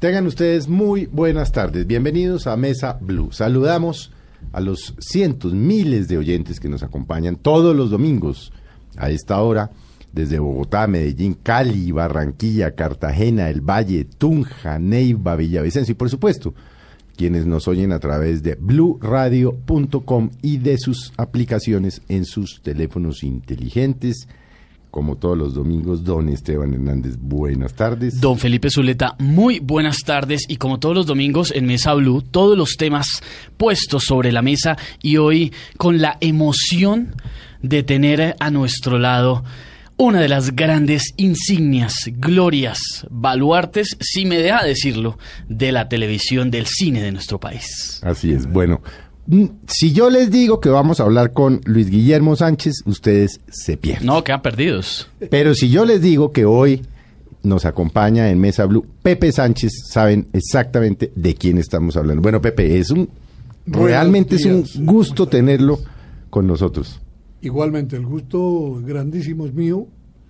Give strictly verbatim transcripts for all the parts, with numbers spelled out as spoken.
Tengan ustedes muy buenas tardes. Bienvenidos a Mesa Blue. Saludamos a los cientos, miles de oyentes que nos acompañan todos los domingos a esta hora desde Bogotá, Medellín, Cali, Barranquilla, Cartagena, El Valle, Tunja, Neiva, Villavicencio y por supuesto quienes nos oyen a través de blue radio punto com y de sus aplicaciones en sus teléfonos inteligentes. Como todos los domingos, don Esteban Hernández, buenas tardes. Don Felipe Zuleta, muy buenas tardes. Y como todos los domingos en Mesa Blue, todos los temas puestos sobre la mesa y hoy con la emoción de tener a nuestro lado una de las grandes insignias, glorias, baluartes, si me deja decirlo, de la televisión, del cine de nuestro país. Así es, bueno, si yo les digo que vamos a hablar con Luis Guillermo Sánchez, ustedes se pierden. No, quedan perdidos. Pero si yo les digo que hoy nos acompaña en Mesa Blue Pepe Sánchez, saben exactamente de quién estamos hablando. Bueno, Pepe, es un realmente es un gusto tenerlo con nosotros. Igualmente, el gusto grandísimo es mío.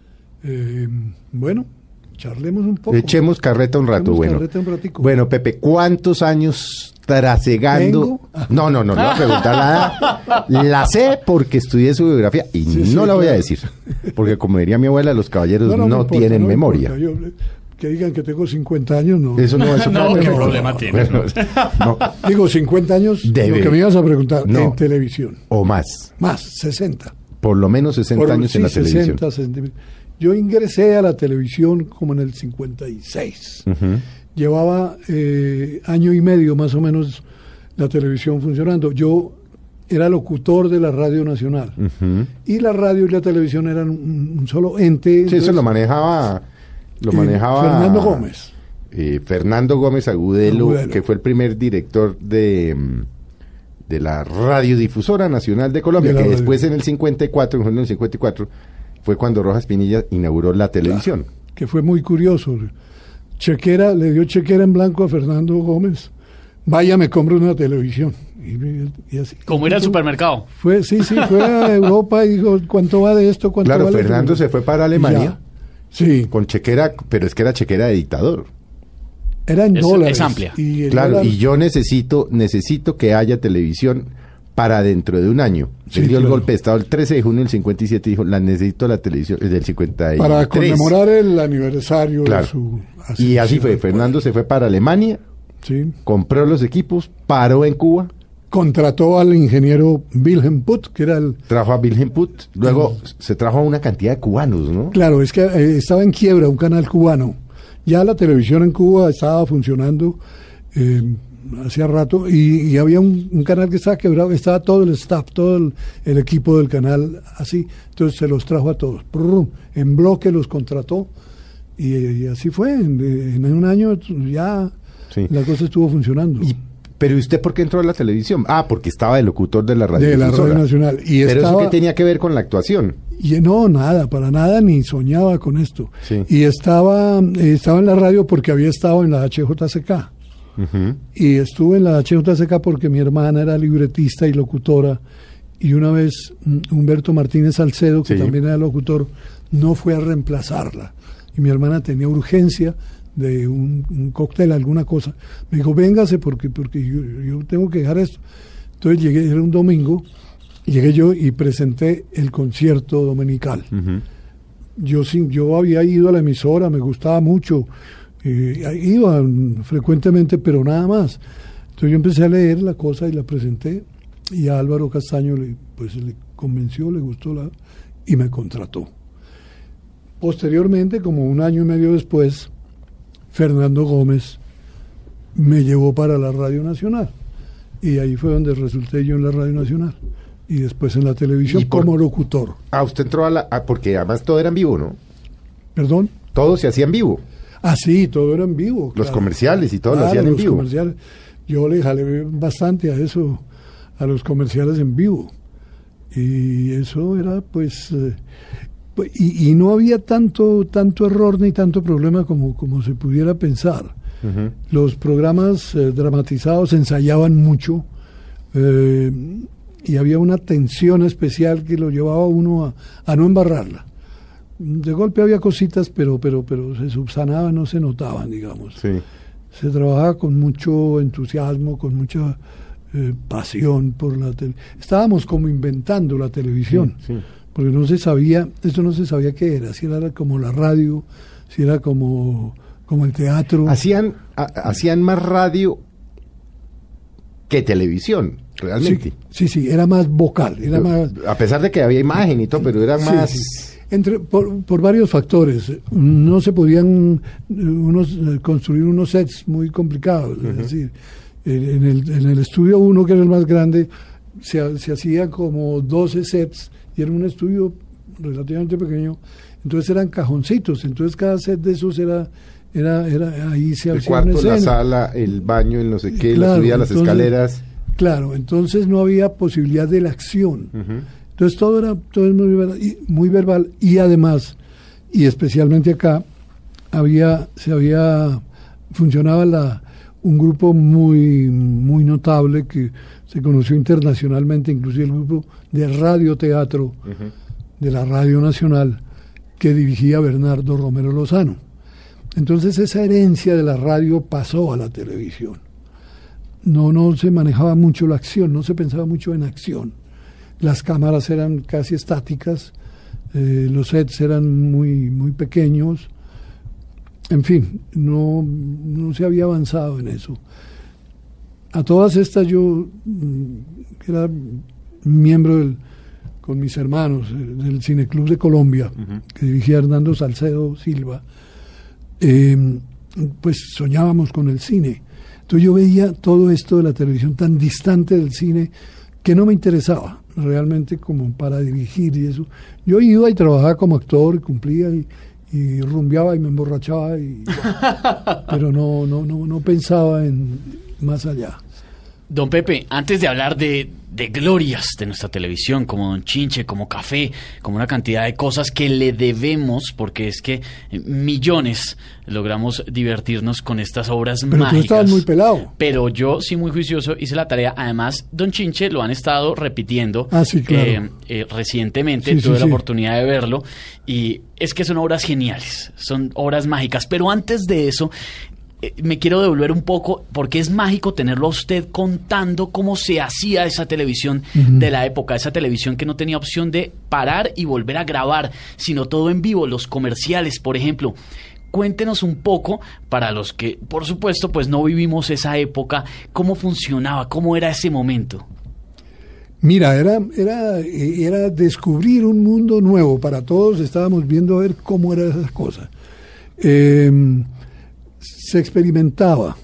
Eh, bueno, charlemos un poco. Echemos carreta un rato. Echemos bueno. carreta un ratico. Bueno, Pepe, ¿cuántos años trasegando? No, no, no, no voy a preguntar nada. La sé porque estudié su biografía y sí, no sí, la claro. voy a decir. Porque como diría mi abuela, los caballeros no, no, no importa, tienen no memoria. Yo, que digan que tengo cincuenta años, no. Eso no es un no, problema. ¿qué problema no, tiene? Bueno, no. Digo, cincuenta años, Debe. lo que me ibas a preguntar, No. en televisión. O más. Más, sesenta. Por lo menos sesenta Por, años sí, en la sesenta, televisión. sesenta. Yo ingresé a la televisión como en el cincuenta y seis. Uh-huh. Llevaba eh, año y medio más o menos la televisión funcionando. Yo era locutor de la Radio Nacional. Uh-huh. Y la radio y la televisión eran un, un solo ente. Sí, entonces, eso lo manejaba, lo eh, manejaba Fernando Gómez. Eh, Fernando Gómez Agudelo, Agudelo, que fue el primer director de, de la Radiodifusora Nacional de Colombia, De que radio. después en el cincuenta y cuatro, en el cincuenta y cuatro, fue cuando Rojas Pinilla inauguró la televisión. Claro, que fue muy curioso. Chequera, le dio chequera en blanco a Fernando Gómez. Vaya, me compro una televisión. Y, y así. Como ir al supermercado. Fue, sí, sí, fue a Europa y dijo, ¿cuánto va de esto? ¿Cuánto Claro, vale Fernando esto? se fue para Alemania Sí, con chequera, pero es que era chequera de dictador. era en Es- dólares. es amplia. Y el Claro, dólar- y yo necesito, necesito que haya televisión para dentro de un año. Sí, Él dio el claro. golpe de Estado el trece de junio del cincuenta y siete, dijo, la necesito la televisión, es del cincuenta y tres. para conmemorar el aniversario Claro. de su Y así ascensión fue, al Fernando se fue para Alemania, poder. Sí. compró los equipos, paró en Cuba, Contrató al ingeniero Wilhelm Putt, que era el... trajo a Wilhelm Putt, luego se trajo a una cantidad de cubanos, ¿no? Claro, es que eh, estaba en quiebra un canal cubano. Ya la televisión en Cuba estaba funcionando eh, hacía rato y, y había un, un canal que estaba quebrado, estaba todo el staff, todo el, el equipo del canal así, entonces se los trajo a todos. Prrr, en bloque los contrató y, y así fue. En, en un año ya Sí. la cosa estuvo funcionando. Y, pero ¿y usted por qué entró a la televisión? Ah, porque estaba de locutor de la radio. De la Radio Nacional. Y pero estaba, eso qué tenía que ver con la actuación. y no, nada, para nada, ni soñaba con esto. Sí. Y estaba, eh, estaba en la radio porque había estado en la H J C K. Uh-huh. Y estuve en la H J C K porque mi hermana era libretista y locutora. Y una vez mm, Humberto Martínez Salcedo, que Sí. también era locutor, no fue a reemplazarla. Y mi hermana tenía urgencia de un, un cóctel, alguna cosa. Me dijo, véngase porque, porque yo, yo tengo que dejar esto. Entonces llegué, era un domingo, y llegué yo y presenté el concierto dominical. Uh-huh. Yo, sí, yo había ido a la emisora, me gustaba mucho, eh, iba mm, frecuentemente, pero nada más. Entonces yo empecé a leer la cosa y la presenté, y a Álvaro Castaño le, pues, le convenció, le gustó la, y me contrató. Posteriormente, como un año y medio después, Fernando Gómez me llevó para la Radio Nacional, y ahí fue donde resulté yo en la Radio Nacional, y después en la televisión ¿Y por- como locutor. Ah, usted entró a la... ah, porque además todo era en vivo, ¿no? ¿Perdón? Todo se hacía en vivo. Ah, sí, todo era en vivo. Los claro. comerciales y todo lo Claro, hacían en los vivo. comerciales. Yo le jalé bastante a eso, a los comerciales en vivo. Y eso era, pues... eh, pues, y, y no había tanto tanto error ni tanto problema como, como se pudiera pensar. Uh-huh. Los programas eh, dramatizados ensayaban mucho eh, y había una tensión especial que lo llevaba a uno a, a no embarrarla. De golpe había cositas, pero pero pero se subsanaban, no se notaban, digamos. Sí. se trabajaba con mucho entusiasmo, con mucha eh, pasión por la televisión. Estábamos como inventando la televisión, sí, sí. Porque no se sabía, esto no se sabía qué era, si era como la radio, si era como, como el teatro. Hacían, a, hacían más radio que televisión, realmente. Sí, sí, sí, era más vocal. Era más, a pesar de que había imagen y todo, pero era sí, más... Sí. Entre, por, por varios factores. No se podían unos, construir unos sets muy complicados. Uh-huh. Es decir, en el, en el estudio uno, que era el más grande, se, se hacían como doce sets y era un estudio relativamente pequeño. Entonces eran cajoncitos. Entonces cada set de esos era... era, era ahí se el cuarto, la sala, el baño, el no sé qué, claro, la subida a las entonces, escaleras. Claro, entonces no había posibilidad de la acción. Uh-huh. Entonces todo era todo es muy, muy verbal y además, y especialmente acá, había se había funcionaba la, un grupo muy muy notable que se conoció internacionalmente, inclusive el grupo de radioteatro uh-huh. de la Radio Nacional que dirigía Bernardo Romero Lozano. Entonces esa herencia de la radio pasó a la televisión. No, no se manejaba mucho la acción, no se pensaba mucho en acción. Las cámaras eran casi estáticas, eh, los sets eran muy, muy pequeños, en fin, no, no se había avanzado en eso. A todas estas yo, que era miembro del, con mis hermanos del Cineclub de Colombia, uh-huh. que dirigía Hernando Salcedo Silva, eh, pues soñábamos con el cine. Entonces yo veía todo esto de la televisión tan distante del cine que no me interesaba realmente como para dirigir y eso. Yo iba y trabajaba como actor, cumplía y, y rumbeaba y me emborrachaba, y, pero no, no, no, no pensaba en más allá. Don Pepe, antes de hablar de, de glorias de nuestra televisión, como Don Chinche, como Café, como una cantidad de cosas que le debemos, porque es que millones logramos divertirnos con estas obras pero mágicas. Pero tú estabas muy pelado. Pero yo, sí, muy juicioso, hice la tarea. Además, Don Chinche lo han estado repitiendo ah, sí, claro. eh, eh, recientemente, sí, tuve sí, la sí. oportunidad de verlo, y es que son obras geniales, son obras mágicas. Pero antes de eso, me quiero devolver un poco, porque es mágico tenerlo a usted contando cómo se hacía esa televisión uh-huh. de la época, esa televisión que no tenía opción de parar y volver a grabar, sino todo en vivo, los comerciales, por ejemplo. Cuéntenos un poco, para los que, por supuesto, pues no vivimos esa época, cómo funcionaba, cómo era ese momento. Mira, era, era, era descubrir un mundo nuevo para todos, estábamos viendo a ver cómo eran esas cosas. Eh, se experimentaba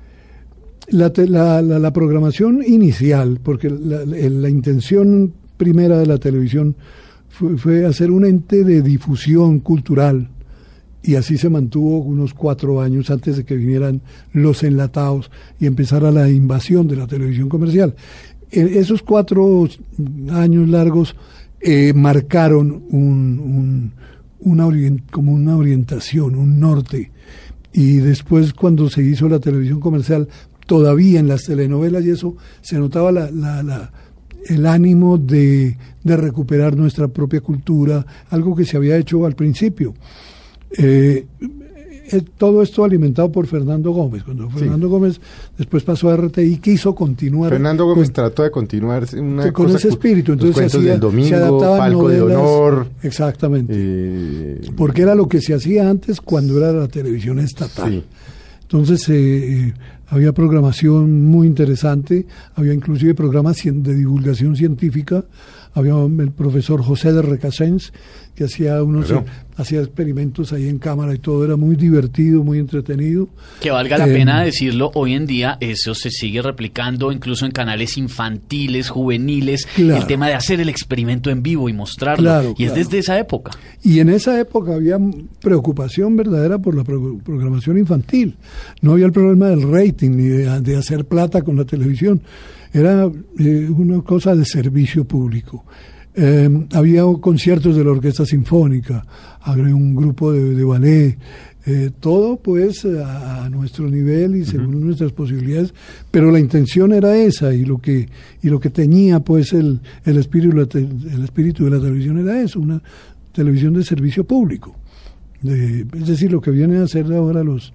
la, la, la, la programación inicial, porque la, la, la intención primera de la televisión fue, fue hacer un ente de difusión cultural, y así se mantuvo unos cuatro años antes de que vinieran los enlatados y empezara la invasión de la televisión comercial. En esos cuatro años largos eh, marcaron un, un, una orient, como una orientación, un norte. Y después, cuando se hizo la televisión comercial, todavía en las telenovelas y eso, se notaba la, la, la, el ánimo de, de recuperar nuestra propia cultura, algo que se había hecho al principio. Eh, eh, todo esto alimentado por Fernando Gómez. Cuando sí. Fernando Gómez después pasó a R T I, quiso continuar. Fernando Gómez con, trató de continuar una con cosa, ese espíritu. Entonces los cuentos hacía, del domingo, Palco novelas, de Honor. Exactamente. Eh, porque era lo que se hacía antes cuando era la televisión estatal. Sí. Entonces eh, había programación muy interesante, había inclusive programas de divulgación científica. Había el profesor José de Recasens, que hacía unos claro. hacía experimentos ahí en cámara y todo, era muy divertido, muy entretenido. Que valga la eh, pena decirlo, hoy en día eso se sigue replicando incluso en canales infantiles, juveniles, claro. el tema de hacer el experimento en vivo y mostrarlo, claro, y claro. es desde esa época. Y en esa época había preocupación verdadera por la pro- programación infantil, no había el problema del rating ni de, de hacer plata con la televisión. Era eh, una cosa de servicio público. Eh, había conciertos de la Orquesta Sinfónica, había un grupo de, de ballet, eh, todo pues a, a nuestro nivel y según uh-huh. nuestras posibilidades, pero la intención era esa, y lo que y lo que tenía pues el, el espíritu el espíritu de la televisión era eso, una televisión de servicio público. De, es decir, lo que vienen a hacer ahora los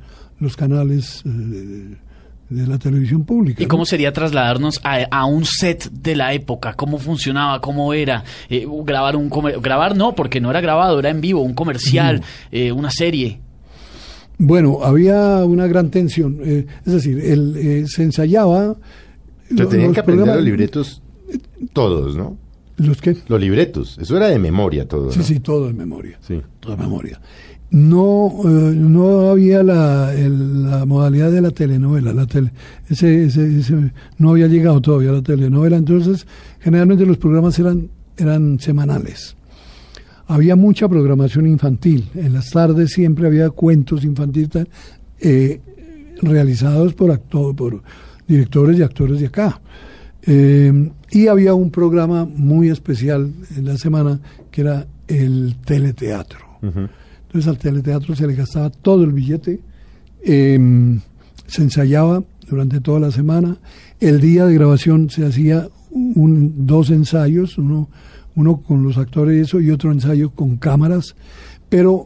los canales eh, de la televisión pública. ¿Y cómo ¿no? sería trasladarnos a, a un set de la época? ¿Cómo funcionaba? ¿Cómo era? Eh, grabar un comer- grabar no, porque no era grabado, era en vivo, un comercial, No. eh, una serie. Bueno, había una gran tensión, eh, es decir, el, eh, se ensayaba... O sea, lo- tenían los que aprender programas- los libretos todos, ¿no? ¿Los qué? Los libretos, eso era de memoria todo, Sí, ¿no? sí, todo de memoria. Sí. Todo de memoria. No, eh, no había la, el- la modalidad de la telenovela, la tele, ese, ese, ese- no había llegado todavía la telenovela, entonces generalmente los programas eran, eran semanales. Había mucha programación infantil, en las tardes siempre había cuentos infantiles eh, realizados por, actor, por directores y actores de acá. Eh, y había un programa muy especial en la semana que era el teleteatro. Ujú. Entonces al teleteatro se le gastaba todo el billete, eh, se ensayaba durante toda la semana, el día de grabación se hacía un, dos ensayos, uno, uno con los actores y eso, y otro ensayo con cámaras, pero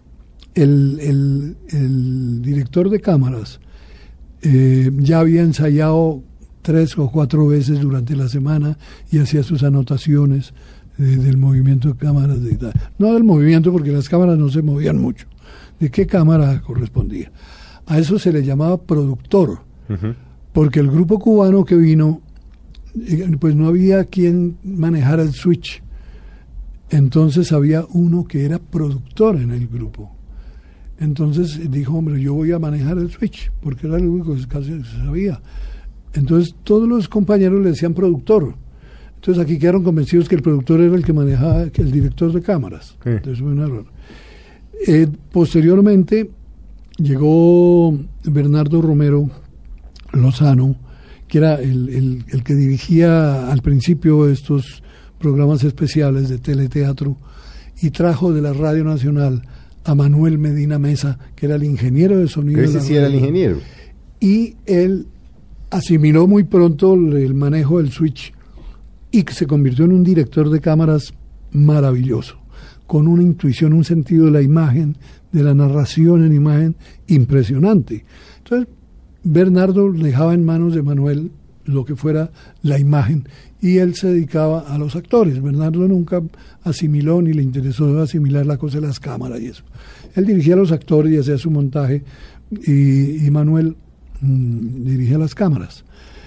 el, el, el director de cámaras eh, ya había ensayado tres o cuatro veces durante la semana y hacía sus anotaciones de, del movimiento de cámaras. De, no del movimiento, porque las cámaras no se movían mucho. ¿De qué cámara correspondía? A eso se le llamaba productor, Ujú. porque el grupo cubano que vino, eh, pues no había quien manejara el switch. Entonces había uno que era productor en el grupo. Entonces dijo, hombre, yo voy a manejar el switch, porque era lo único que casi se sabía. Entonces todos los compañeros le decían productor. Entonces aquí quedaron convencidos que el productor era el que manejaba, que el director de cámaras. Sí. Entonces fue un error. Eh, posteriormente llegó Bernardo Romero Lozano, que era el, el, el que dirigía al principio estos programas especiales de teleteatro, y trajo de la Radio Nacional a Manuel Medina Mesa, que era el ingeniero de sonido. de Ese la sí era el radio. ingeniero. Y él asimiló muy pronto el, el manejo del switch y se convirtió en un director de cámaras maravilloso, con una intuición, un sentido de la imagen, de la narración en imagen impresionante. Entonces, Bernardo dejaba en manos de Manuel lo que fuera la imagen y él se dedicaba a los actores. Bernardo nunca asimiló ni le interesó asimilar la cosa de las cámaras y eso. Él dirigía a los actores y hacía su montaje, y, y Manuel mmm, dirigía las cámaras.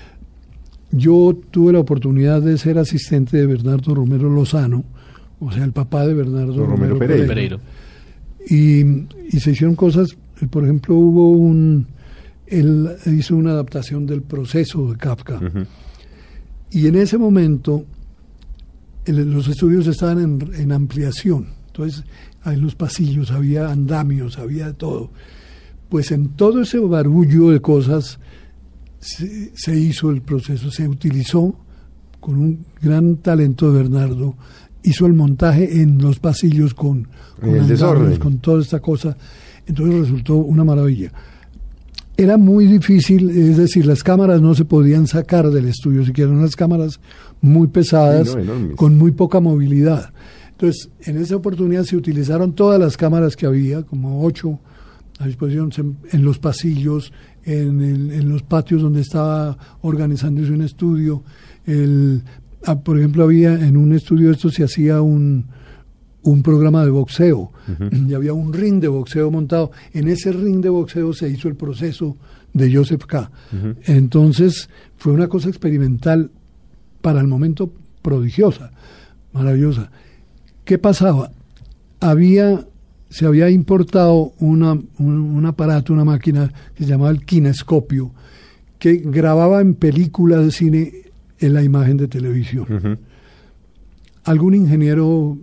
Yo tuve la oportunidad de ser asistente de Bernardo Romero Lozano, o sea, el papá de Bernardo Romero Romero, Pereira. Pereiro. Y, y se hicieron cosas, por ejemplo, hubo un, él hizo una adaptación del Proceso de Kafka, Ujú. y en ese momento el- los estudios estaban en, en ampliación, entonces en los pasillos había andamios, había de todo. Pues en todo ese barullo de cosas se, se hizo el proceso, se utilizó con un gran talento de Bernardo, hizo el montaje en los pasillos con, con En el desorden. con toda esta cosa, entonces resultó una maravilla. Era muy difícil, es decir, las cámaras no se podían sacar del estudio, siquiera eran unas cámaras muy pesadas, Sí, no, enormes. con muy poca movilidad. Entonces, en esa oportunidad se utilizaron todas las cámaras que había, como ocho a disposición en los pasillos, en, el- en los patios donde estaba organizándose un estudio. El, ah, por ejemplo, había en un estudio de esto se hacía un, un programa de boxeo, y había un ring de boxeo montado. En ese ring de boxeo se hizo el proceso de Joseph K. Ujú. Entonces, fue una cosa experimental para el momento prodigiosa, maravillosa. ¿Qué pasaba? Había, se había importado una, un, un aparato, una máquina que se llamaba el kinescopio, que grababa en película de cine en la imagen de televisión. Ujú. Algún ingeniero,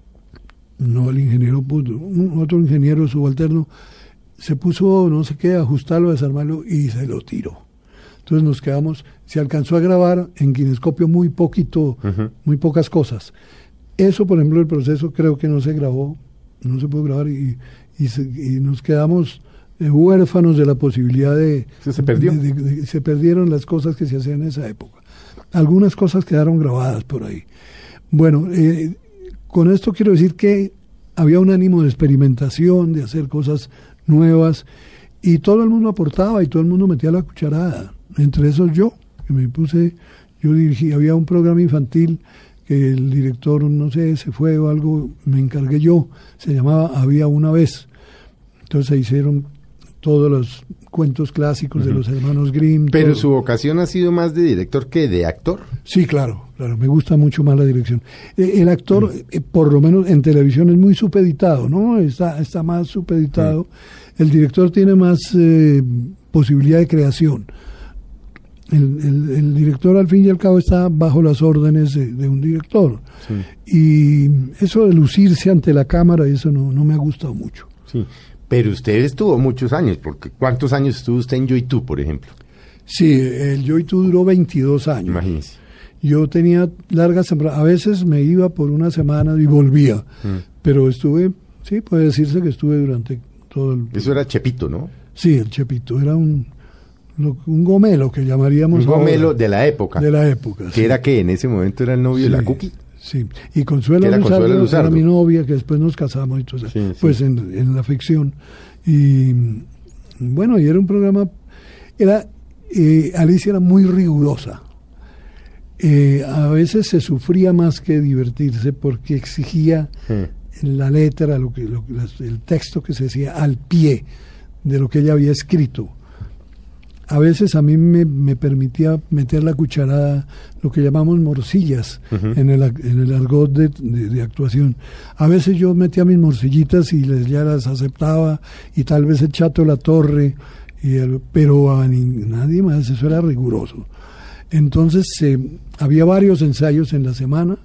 no el ingeniero, pudo, un otro ingeniero subalterno, se puso, no sé qué, a ajustarlo, a desarmarlo y se lo tiró. Entonces nos quedamos, se alcanzó a grabar en kinescopio muy poquito, Ujú. muy pocas cosas. Eso, por ejemplo, el proceso creo que no se grabó, no se pudo grabar y, y, se- y nos quedamos eh, huérfanos de la posibilidad de... ¿Se- se perdió? de- de- de- se perdieron las cosas que se hacían en esa época. Algunas cosas quedaron grabadas por ahí. Bueno, eh, con esto quiero decir que había un ánimo de experimentación, de hacer cosas nuevas, y todo el mundo aportaba y todo el mundo metía la cucharada, entre esos yo, que me puse, yo dirigí, había un programa infantil que el director, no sé, se fue o algo, me encargué yo, se llamaba Había una vez, entonces se hicieron todos los cuentos clásicos uh-huh. de los hermanos Grimm. Pero todo. su vocación ha sido más de director que de actor. Sí, claro, claro, me gusta mucho más la dirección. Eh, el actor, uh-huh. eh, por lo menos en televisión, es muy supeditado, ¿no? Está, está más supeditado. Uh-huh. El director tiene más eh, posibilidad de creación. El, el, el director, al fin y al cabo, está bajo las órdenes de, de un director. Sí. Y eso de lucirse ante la cámara, eso no, no me ha gustado mucho. Sí. Pero usted estuvo muchos años, porque ¿cuántos años estuvo usted en Yo y Tú, por ejemplo? Sí, el Yo y Tú duró veintidós años. Imagínese. Yo tenía largas temporadas, a veces me iba por una semana y volvía, mm. pero estuve, sí, puede decirse que estuve durante todo el... Eso era Chepito, ¿no? Sí, el Chepito, era un, un gomelo que llamaríamos Un gomelo ahora, de la época. De la época, Que sí. era que en ese momento era el novio sí, de la Cookie. Sí, y Consuelo era, Luzardo, Consuelo Luzardo era mi novia, que después nos casamos y todo eso, sí, pues sí. En, en la ficción. Y bueno, y era un programa, era eh, Alicia era muy rigurosa. Eh, a veces se sufría más que divertirse porque exigía sí. la letra, lo que, lo, el texto que se decía al pie de lo que ella había escrito. A veces a mí me, me permitía meter la cucharada, lo que llamamos morcillas, uh-huh. en, el, en el argot de, de, de actuación. A veces yo metía mis morcillitas y les, ya las aceptaba, y tal vez el Chato La Torre, y el, pero a ni, nadie más, eso era riguroso. Entonces eh, había varios ensayos en la semana,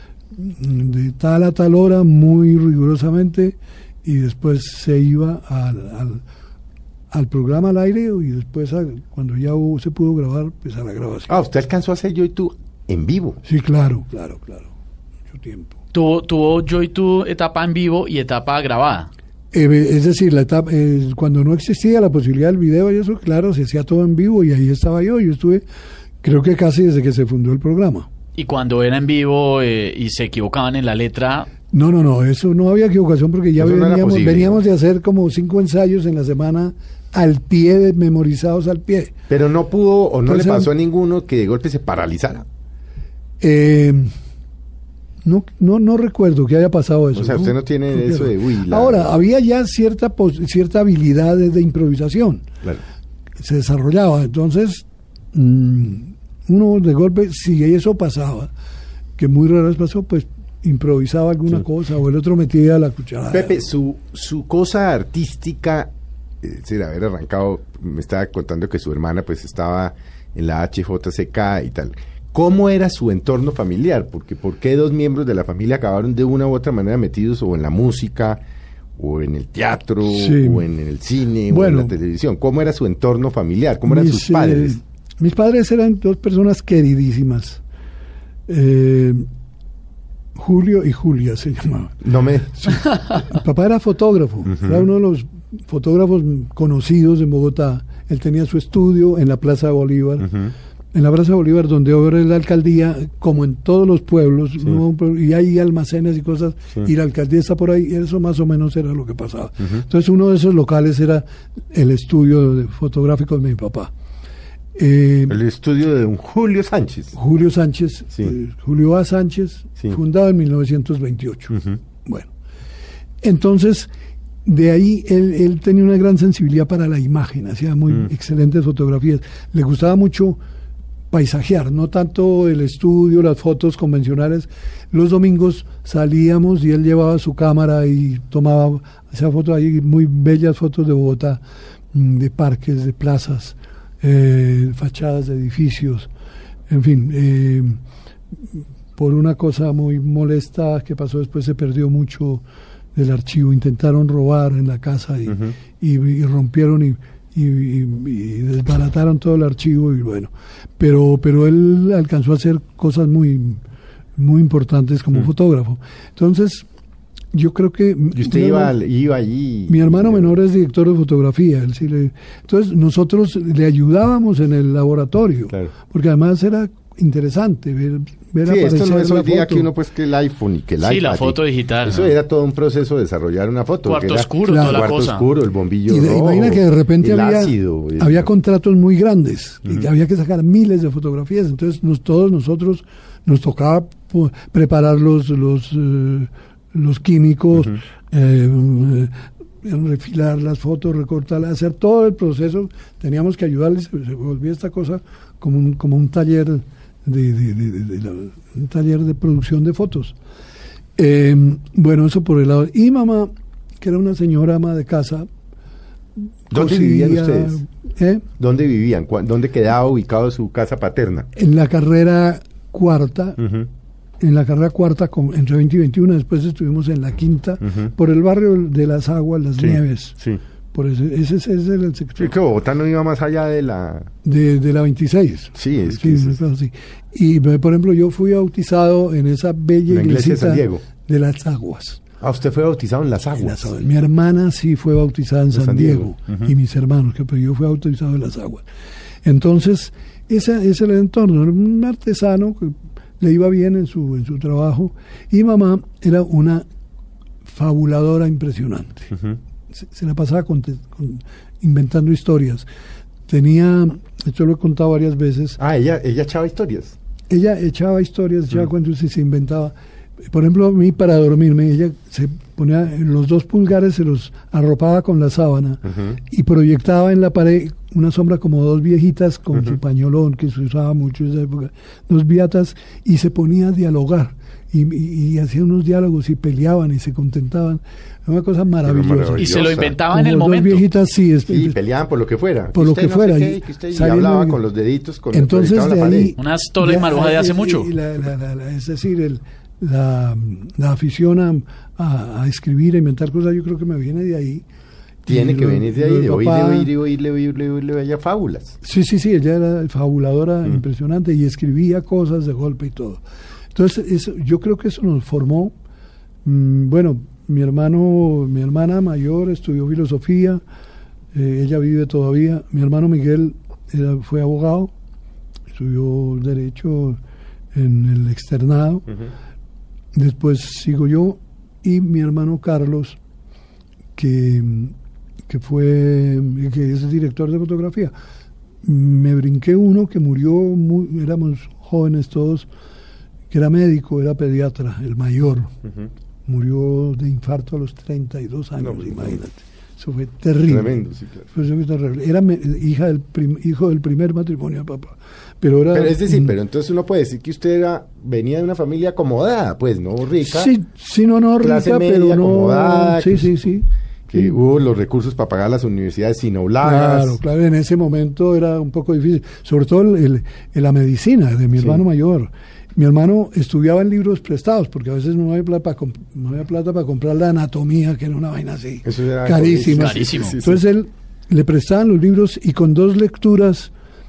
de tal a tal hora, muy rigurosamente, y después se iba al... al al programa al aire y después a, cuando ya hubo, se pudo grabar, pues a la grabación. Ah, usted alcanzó a hacer Yo y Tú en vivo. Sí, claro, claro, claro. Mucho tiempo. ¿Tuvo, tuvo Yo y Tú etapa en vivo y etapa grabada? Eh, es decir, la etapa, eh, cuando no existía la posibilidad del video y eso, claro, se hacía todo en vivo y ahí estaba yo. Yo estuve, creo que casi desde que se fundó el programa. ¿Y cuando era en vivo eh, y se equivocaban en la letra? No, no, no, eso no había equivocación porque ya eso veníamos, no veníamos de hacer como cinco ensayos en la semana al pie, memorizados al pie. Pero no pudo o no Entonces, le pasó a ninguno que de golpe se paralizara. Eh, no, no, no recuerdo que haya pasado eso. O sea, usted no, no tiene porque eso de... Uy, la... Ahora, había ya cierta, cierta habilidad de, de improvisación. Claro. Se desarrollaba. Entonces, mmm, uno de golpe, si eso pasaba, que muy rara vez pasó, pues improvisaba alguna sí. cosa o el otro metía la cucharada. Pepe, su, su cosa artística... Es decir, haber arrancado, me estaba contando que su hermana pues estaba en la H J C K y tal. ¿Cómo era su entorno familiar? Porque ¿por qué dos miembros de la familia acabaron de una u otra manera metidos o en la música, o en el teatro, sí. o en el cine, bueno, o en la televisión? ¿Cómo era su entorno familiar? ¿Cómo eran mis, sus padres? Eh, mis padres eran dos personas queridísimas. Eh, Julio y Julia se llamaban. No me... Sí. Mi papá era fotógrafo, uh-huh. era uno de los fotógrafos conocidos en Bogotá. Él tenía su estudio en la Plaza Bolívar, uh-huh. en la Plaza Bolívar, donde ahora es la alcaldía, como en todos los pueblos, sí. ¿no? Y hay almacenes y cosas, sí. y la alcaldía está por ahí, y eso más o menos era lo que pasaba. Uh-huh. Entonces uno de esos locales era el estudio de fotográfico de mi papá. Eh, el estudio de un Julio Sánchez. Julio Sánchez, sí. eh, Julio A. Sánchez, sí. fundado en mil novecientos veintiocho. Uh-huh. Bueno, entonces, de ahí él, él tenía una gran sensibilidad para la imagen, hacía muy uh-huh. excelentes fotografías. Le gustaba mucho paisajear, no tanto el estudio, las fotos convencionales. Los domingos salíamos y él llevaba su cámara y tomaba, hacía fotos ahí, muy bellas fotos de Bogotá, de parques, de plazas. Eh, fachadas de edificios, en fin, eh, por una cosa muy molesta que pasó después se perdió mucho del archivo, intentaron robar en la casa y, uh-huh. y, y rompieron y, y, y, y desbarataron todo el archivo y bueno, pero, pero él alcanzó a hacer cosas muy, muy importantes como uh-huh. fotógrafo. Entonces, yo creo que... ¿Y usted mi, iba, iba allí? Mi hermano menor es director de fotografía. Él sí le, entonces nosotros le ayudábamos en el laboratorio, claro. porque además era interesante ver, ver Sí, esto no es hoy la día foto. que uno pues que el iPhone y que el Sí, iPad. la foto y- digital, Eso ¿no? era todo un proceso de desarrollar una foto. Cuarto que era oscuro, toda la cuarto cosa. oscuro, el bombillo Y de- rojo, imagina que de repente el había, ácido, el- había contratos muy grandes, y había que sacar miles de fotografías, entonces nos, todos nosotros nos tocaba pu- preparar los los, eh, los químicos, eh, eh, refilar las fotos, recortarlas, hacer todo el proceso, teníamos que ayudarles, se, se volvía esta cosa como un, como un taller de, de- de- de- de la- un taller de producción de fotos. Eh, bueno, eso por el lado. Y mamá, que era una señora ama de casa. ¿Dónde cosía, vivían ustedes? ¿eh? ¿Dónde vivían? ¿Cuá- ¿Dónde quedaba ubicado su casa paterna? En la carrera cuarta, Ujú. en la carrera cuarta con, entre veinte y veintiuno, después estuvimos en la quinta, Ujú. por el barrio de las Aguas, Las Sí, Nieves. Sí. Por ese, ese, ese es el Sí, sector que Bogotá no iba más allá de la... de, de la veintiséis. Sí, es Sí, que es- una cosa así. Y eh, por ejemplo, yo fui bautizado en esa bella La iglesia de San iglesita Diego. de las Aguas. Ah, usted fue bautizado en las En aguas. las Aguas. Mi hermana sí fue bautizada en De San, San Diego, Diego. Ujú. y mis hermanos, que pero yo fui bautizado en las Aguas. Entonces, ese, ese era el entorno. Era un artesano que le iba bien en su, en su trabajo, y mamá era una fabuladora impresionante. Ujú. Se, se la pasaba con- con- inventando historias. Tenía, esto lo he contado varias veces, Ah, ella, ella echaba historias. ella echaba historias, echaba Mm. cuentos y se inventaba. Por ejemplo, a mí para dormirme, ella se ponía los dos pulgares, se los arropaba con la sábana Ujú. y proyectaba en la pared una sombra como dos viejitas con Ujú. su pañolón, que se usaba mucho en esa época, dos viatas, y se ponía a dialogar. Y, y, y hacían unos diálogos y peleaban y se contentaban. Era una cosa maravillosa. maravillosa. Y se lo inventaba en Como el dos momento. viejitas, sí, es, Sí, peleaban por lo que fuera. Por Que lo usted que no sé fuera, qué, y que usted- y saliendo hablaba de- con los deditos con entonces proyectado en de la pared. ahí Unas Tola y ya, Maruja de hace eh, mucho. y la- la- la- la- es decir, el, la, la afición a, a- a escribir, a inventar cosas, yo creo que me viene de ahí. Tiene Y que lo- venir de lo ahí, del de oír, de papá- oír, de oír, de oír, de oír, de oír, ella fábulas. Sí, sí, sí, ella era fabuladora, Mm. impresionante, y escribía cosas de golpe y todo. Entonces, eso, yo creo que eso nos formó. mm, bueno, mi hermano, mi hermana mayor estudió filosofía, eh, ella vive todavía. Mi hermano Miguel era- fue abogado, estudió derecho en el externado. Después sigo yo, y mi hermano Carlos, que, que fue que es director de fotografía. Me brinqué uno que murió, muy, éramos jóvenes todos, que era médico, era pediatra, el mayor. Ujú. Murió de infarto a los treinta y dos años, No, pues, imagínate. Eso fue terrible. Tremendo, sí, claro. Pues eso fue terrible. Era me- hija del prim- hijo del primer matrimonio de papá. Pero era... Pero es decir, mm, pero entonces uno puede decir que usted era, venía de una familia acomodada, pues, no rica, Sí, sí, no, no, clase rica, media, pero no... acomodada, Sí, que- sí, sí. que Sí. hubo los recursos para pagar las universidades sin oblagas. Claro, claro, en ese momento era un poco difícil, sobre todo el, el- en la medicina de mi Sí. hermano mayor. Mi hermano estudiaba en libros prestados, porque a veces no había plata para, comp- no había plata para comprar la anatomía, que era una vaina así, Eso era carísima. Carísimo. Sí, sí, sí. Entonces él le prestaban los libros, y con dos lecturas,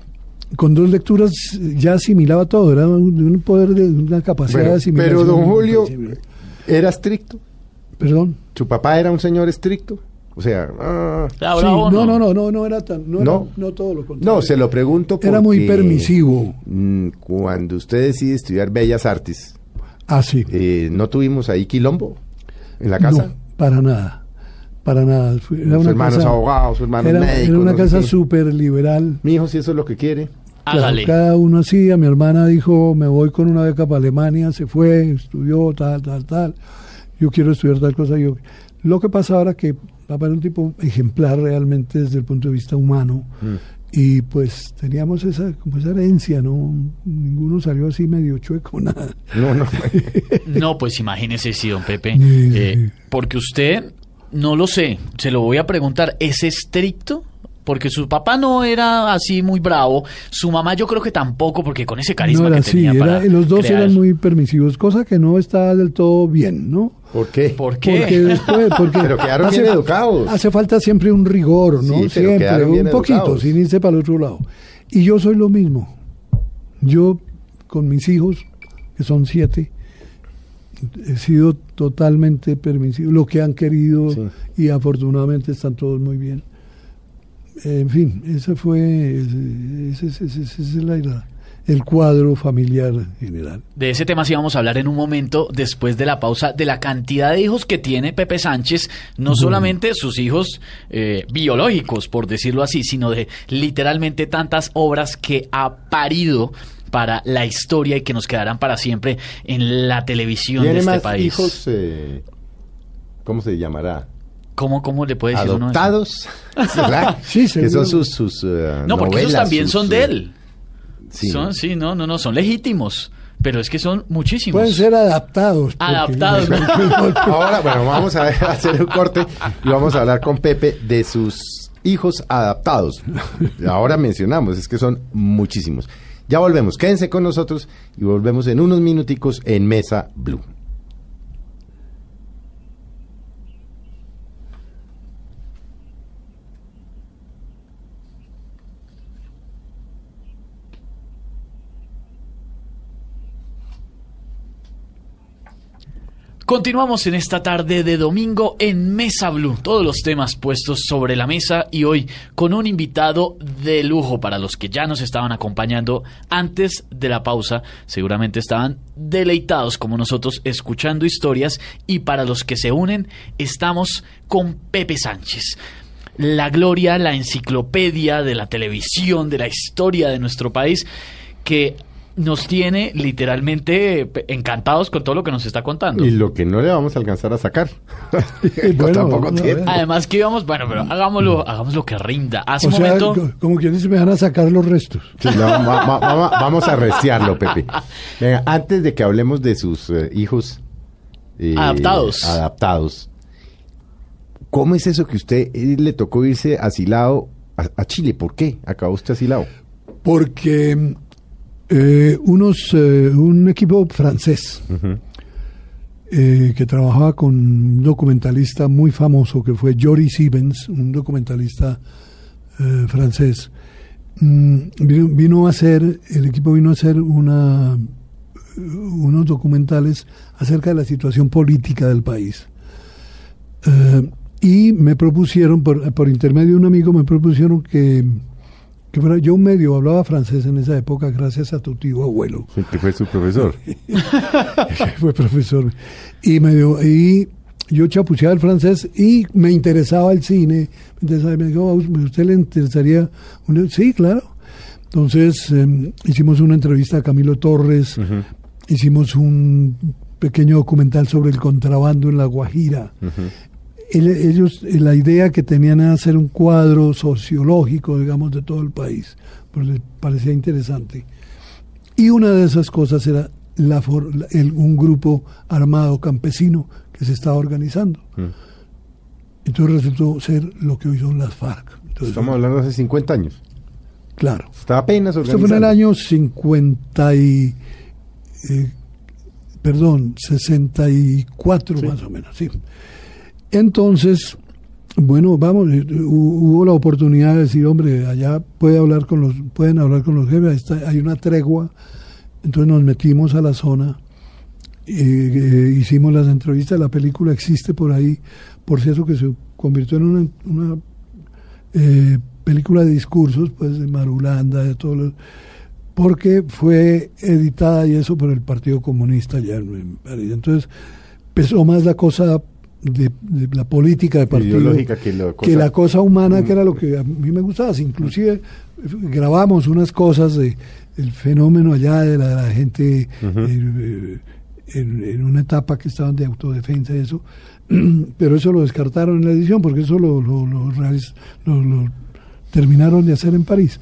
con dos lecturas ya asimilaba todo, era un, un poder de una capacidad Bueno, de asimilación. pero don Julio impresionante. era estricto. Perdón. Su papá era un señor estricto. O sea, ah, Ah, Sí, bravo, no, no, no, no, no era tan, no, No. era- no todo lo contrario. no, se lo pregunto porque Era muy permisivo. mm, cuando usted decide estudiar Bellas Artes, Ah, sí. eh, ¿no tuvimos ahí quilombo en la casa? No, para nada, para nada. Fue- Era Sus una hermanos casa, abogados, sus hermanos era, médicos. era una no sé casa qué. súper liberal. Mi hijo, si eso es lo que quiere. Claro, Hágale. cada uno hacía. Mi hermana dijo, me voy con una beca para Alemania, se fue, estudió tal, tal, tal. Yo quiero estudiar tal cosa. Yo, lo que pasa ahora que papá era un tipo ejemplar realmente desde el punto de vista humano. Mm. Y pues teníamos esa, como esa herencia, ¿no? Ninguno salió así medio chueco, nada. No, no. No, pues imagínese, sí, don Pepe. Sí, Eh, sí. porque usted, no lo sé, se lo voy a preguntar, ¿es estricto? Porque su papá no era así muy bravo, su mamá yo creo que tampoco, porque con ese carisma No era que así, tenía era- para los dos crear. eran muy permisivos, cosa que no está del todo bien, ¿no? ¿Por qué? ¿Por qué? Porque después, porque Pero quedaron hace, bien educados. hace falta siempre un rigor, ¿no? Sí, pero siempre, quedaron bien un poquito, educados. sin irse para el otro lado. Y yo soy lo mismo. Yo, con mis hijos, que son siete, he sido totalmente permisivo, lo que han querido, Sí. y afortunadamente están todos muy bien. En fin, esa fue, esa es, esa es- esa es la, la- el cuadro familiar general. De ese tema sí vamos a hablar en un momento después de la pausa, de la cantidad de hijos que tiene Pepe Sánchez, no bueno. solamente sus hijos eh, biológicos, por decirlo así, sino de literalmente tantas obras que ha parido para la historia y que nos quedarán para siempre en la televisión de este más país. Hijos, eh, ¿cómo se llamará? ¿Cómo, cómo le puede decir adoptados? uno ¿Verdad? Sí, que son sus, sus uh, no, porque novelas, esos también sus, son de él. Sí. Son, sí, no, no, no, son legítimos. Pero es que son muchísimos. Pueden ser adaptados. Adaptados. Ahora, bueno, vamos a hacer un corte y vamos a hablar con Pepe de sus hijos adaptados. Ahora mencionamos, es que son muchísimos. Ya volvemos, quédense con nosotros y volvemos en unos minuticos en Mesa Blue. Continuamos en esta tarde de domingo en Mesa Blue, todos los temas puestos sobre la mesa y hoy con un invitado de lujo. Para los que ya nos estaban acompañando antes de la pausa, seguramente estaban deleitados como nosotros escuchando historias, y para los que se unen, estamos con Pepe Sánchez. La gloria, la enciclopedia de la televisión, de la historia de nuestro país, que nos tiene literalmente encantados con todo lo que nos está contando. Y lo que no le vamos a alcanzar a sacar. Bueno, tampoco no, tiempo. Además que íbamos, bueno, pero hagámoslo, hagámoslo que rinda. Hace o un sea, momento... como quien dice, me van a sacar los restos. Sí, no, va, va, va, vamos a reciarlo, Pepe. Venga, antes de que hablemos de sus eh, hijos eh, adaptados. adaptados, ¿cómo es eso que usted eh, le tocó irse asilado a, a Chile? ¿Por qué acabó usted asilado? Porque eh, unos eh, un equipo francés uh-huh. eh, que trabajaba con un documentalista muy famoso que fue Joris Ivens, un documentalista eh, francés, mm, vino, vino a hacer, el equipo vino a hacer una unos documentales acerca de la situación política del país. Eh, y me propusieron, por, por intermedio de un amigo, me propusieron que, que fuera yo medio hablaba francés en esa época gracias a tu tío abuelo. Sí, que fue su profesor. Fue profesor. Y, medio, y yo chapuceaba el francés y me interesaba el cine. Me interesaba, me dijo, ¿a usted le interesaría? Un... Sí, claro. Entonces eh, hicimos una entrevista a Camilo Torres, uh-huh. hicimos un pequeño documental sobre el contrabando en La Guajira. Uh-huh. El, ellos, la idea que tenían era hacer un cuadro sociológico, digamos, de todo el país, pues les parecía interesante. Y una de esas cosas era la for, el, un grupo armado campesino que se estaba organizando. Uh-huh. Entonces resultó ser lo que hoy son las FARC. Entonces, estamos hablando de hace cincuenta años. Claro. Está apenas organizado. Esto fue en el año cincuenta y... Eh, perdón, sesenta y cuatro sí. Más o menos, sí. Entonces, bueno, vamos, hubo la oportunidad de decir, hombre, allá puede hablar con los, pueden hablar con los jefes, está, hay una tregua. Entonces nos metimos a la zona, eh, eh, hicimos las entrevistas, la película existe por ahí, por cierto que se convirtió en una, una eh, película de discursos, pues de Marulanda, de todos los, porque fue editada y eso por el Partido Comunista allá en París. Entonces pesó más la cosa de, de la política de partido ideológica que, lo cosa, que la cosa humana, que era lo que a mí me gustaba. Inclusive grabamos unas cosas de el fenómeno allá de la, de la gente uh-huh. eh, en, en una etapa que estaban de autodefensa y eso, pero eso lo descartaron en la edición porque eso lo, lo, lo, lo, lo terminaron de hacer en París.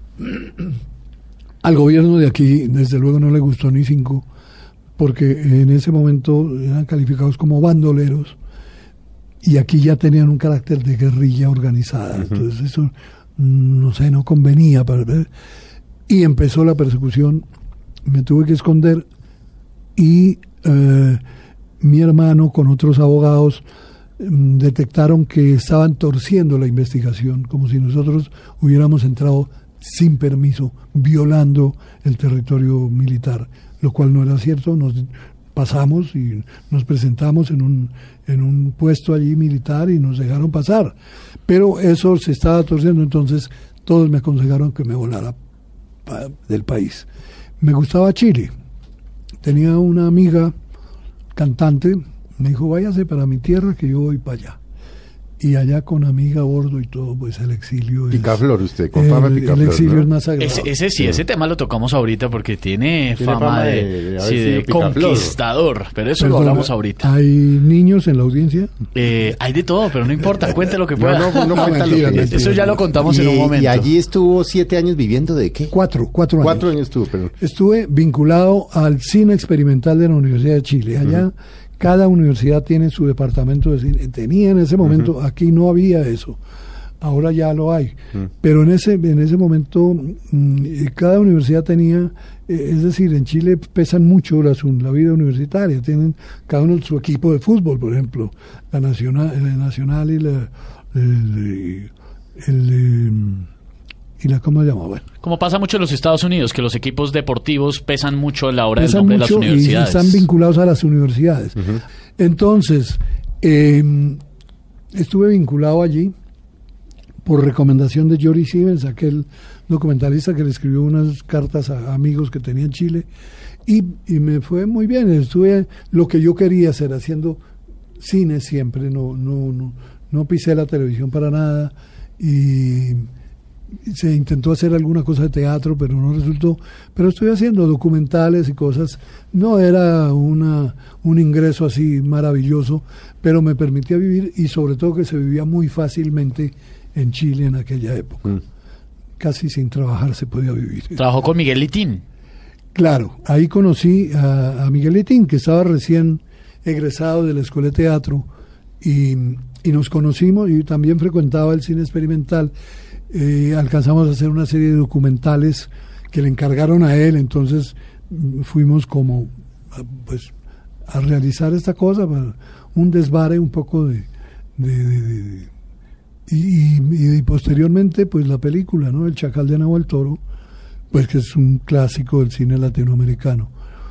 Al gobierno de aquí desde luego no le gustó ni cinco, porque en ese momento eran calificados como bandoleros y aquí ya tenían un carácter de guerrilla organizada. Uh-huh. Entonces eso, no sé, no convenía para ver. Y empezó la persecución, me tuve que esconder y eh, mi hermano con otros abogados eh, detectaron que estaban torciendo la investigación, como si nosotros hubiéramos entrado sin permiso, violando el territorio militar, lo cual no era cierto. Nos pasamos y nos presentamos en un en un puesto allí militar y nos dejaron pasar, pero eso se estaba torciendo. Entonces todos me aconsejaron que me volara pa, del país. Me gustaba Chile. Tenía una amiga cantante, me dijo, váyase para mi tierra que yo voy para allá. Y allá con amiga a bordo y todo, pues el exilio es... Picaflor, usted, compame el, Picaflor, el exilio ¿no? es más sagrado. Ese, ese sí, ese tema lo tocamos ahorita porque tiene, Tiene fama, fama de, de- de haber sí, de sido picaflor. conquistador, pero eso lo Perdona, hablamos ahorita. ¿Hay niños en la audiencia? Eh, hay de todo, pero no importa, cuente lo que No, pueda. no, no, No, cuenta mentira, lo que- mentira. Eso ya lo contamos y, en un momento. y allí estuvo siete años viviendo ¿de qué? Cuatro, cuatro años. Cuatro años estuvo, pero... Estuve vinculado al cine experimental de la Universidad de Chile. Allá cada universidad tiene su departamento de cine. Tenía en ese momento, aquí no había eso. Ahora ya lo hay. Pero en ese en ese momento mm, cada universidad tenía, eh, es decir, en Chile pesan mucho la, su- la vida universitaria. Tienen cada uno su equipo de fútbol, por ejemplo, la Nacional, la nacional y la... el, el, el, y la ¿cómo se llama? Bueno, Como pasa mucho en los Estados Unidos, que los equipos deportivos pesan mucho a la hora del pesan nombre de las mucho y universidades. están vinculados a las universidades. Entonces, eh, estuve vinculado allí por recomendación de Jory Stevens, aquel documentalista que le escribió unas cartas a amigos que tenía en Chile, y, y me fue muy bien. Estuve lo que yo quería hacer, haciendo cine siempre, no, no, no, no pisé la televisión para nada, y se intentó hacer alguna cosa de teatro, pero no resultó. Pero estoy haciendo documentales y cosas. No era una un ingreso así maravilloso, pero me permitía vivir, y sobre todo que se vivía muy fácilmente en Chile en aquella época. Mm. Casi sin trabajar se podía vivir. Trabajó con Miguel Litín. Claro, ahí conocí a, a Miguel Litín, que estaba recién egresado de la Escuela de Teatro, y, y nos conocimos, y también frecuentaba el cine experimental. Eh, alcanzamos a hacer una serie de documentales que le encargaron a él, entonces mm, fuimos como a, pues a realizar esta cosa, para un desvare un poco de, de, de- de- y, y- y posteriormente pues la película, ¿no? El Chacal de Nahuel Toro, pues que es un clásico del cine latinoamericano.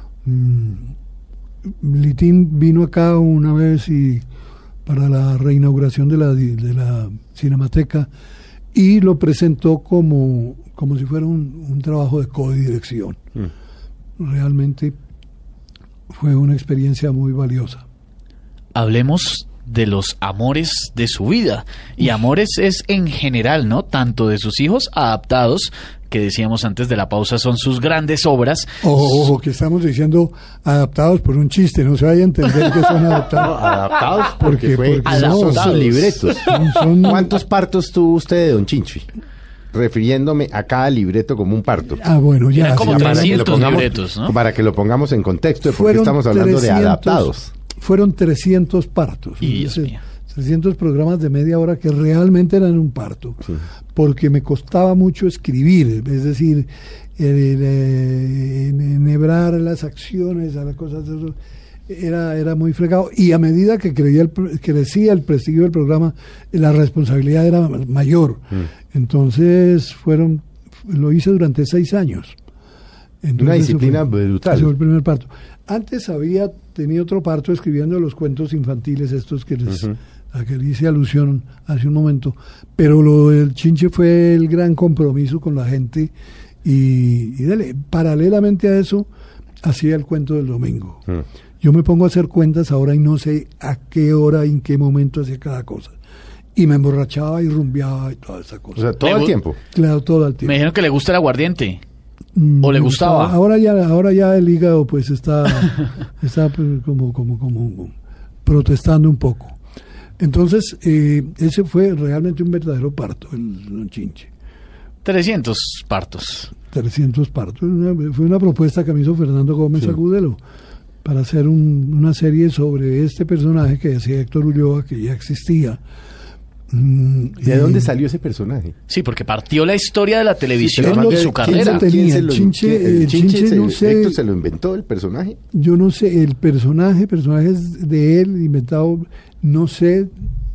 Mm, Litín vino acá una vez y para la reinauguración de la, de la Cinemateca, y lo presentó como, como si fuera un, un trabajo de codirección. Mm. Realmente fue una experiencia muy valiosa. Hablemos de los amores de su vida. Y amores es en general, ¿no? Tanto de sus hijos adaptados, que decíamos antes de la pausa, son sus grandes obras. Ojo, ojo, que estamos diciendo adaptados por un chiste, no se vaya a entender que son No, adaptados. adaptados porque, Porque- fue porque son sus adaptados. libretos. Son- son- ¿Cuántos partos tuvo usted de Don Chinchi? Refiriéndome a cada libreto como un parto. Ah, bueno, ya. Era como sí, Para que, lo trescientos pongamos, libretos, ¿no? para que lo pongamos en contexto de por qué Fueron estamos hablando de trescientos adaptados. Fueron trescientos partos. Y Dios Entonces, mío. trescientos programas de media hora que realmente eran un parto, porque me costaba mucho escribir, es decir, el, eh, enhebrar las acciones a las cosas de eso, era, era muy fregado, y a medida que creía el, pr- crecía el prestigio del programa, la responsabilidad era mayor. Entonces fueron, lo hice durante seis años. Entonces, Una eso disciplina fue- brutal. ese fue el primer parto. Antes había tenido otro parto escribiendo los cuentos infantiles estos que les, Ujú. a que le hice alusión hace un momento, pero lo del Chinche fue el gran compromiso con la gente, y, y dale, paralelamente a eso hacía el cuento del domingo. Mm. Yo me pongo a hacer cuentas ahora y no sé a qué hora y en qué momento hacía cada cosa, y me emborrachaba y rumbeaba y toda esa cosa. O sea, todo Le el gu- tiempo. Claro, todo el tiempo. Me dijeron que le gusta el aguardiente. Mm, ¿O le me gustaba? Ahora ya, ahora ya el hígado pues está, está pues, como, como, como protestando un poco. Entonces, eh, ese fue realmente un verdadero parto, el Don Chinche. trescientos partos. trescientos partos. Una- fue una propuesta que me hizo Fernando Gómez Sí. Agudelo para hacer un- una serie sobre este personaje que decía Héctor Ulloa, que ya existía. Mm, ¿De y- dónde salió ese personaje? Sí, porque partió la historia de la televisión pero de además su de- carrera. ¿quién se tenía? lo, Chinche- quién- el el Chinche Chinche, se- no sé. Héctor se lo inventó el personaje? Yo no sé, el personaje, personajes de él inventado, no sé,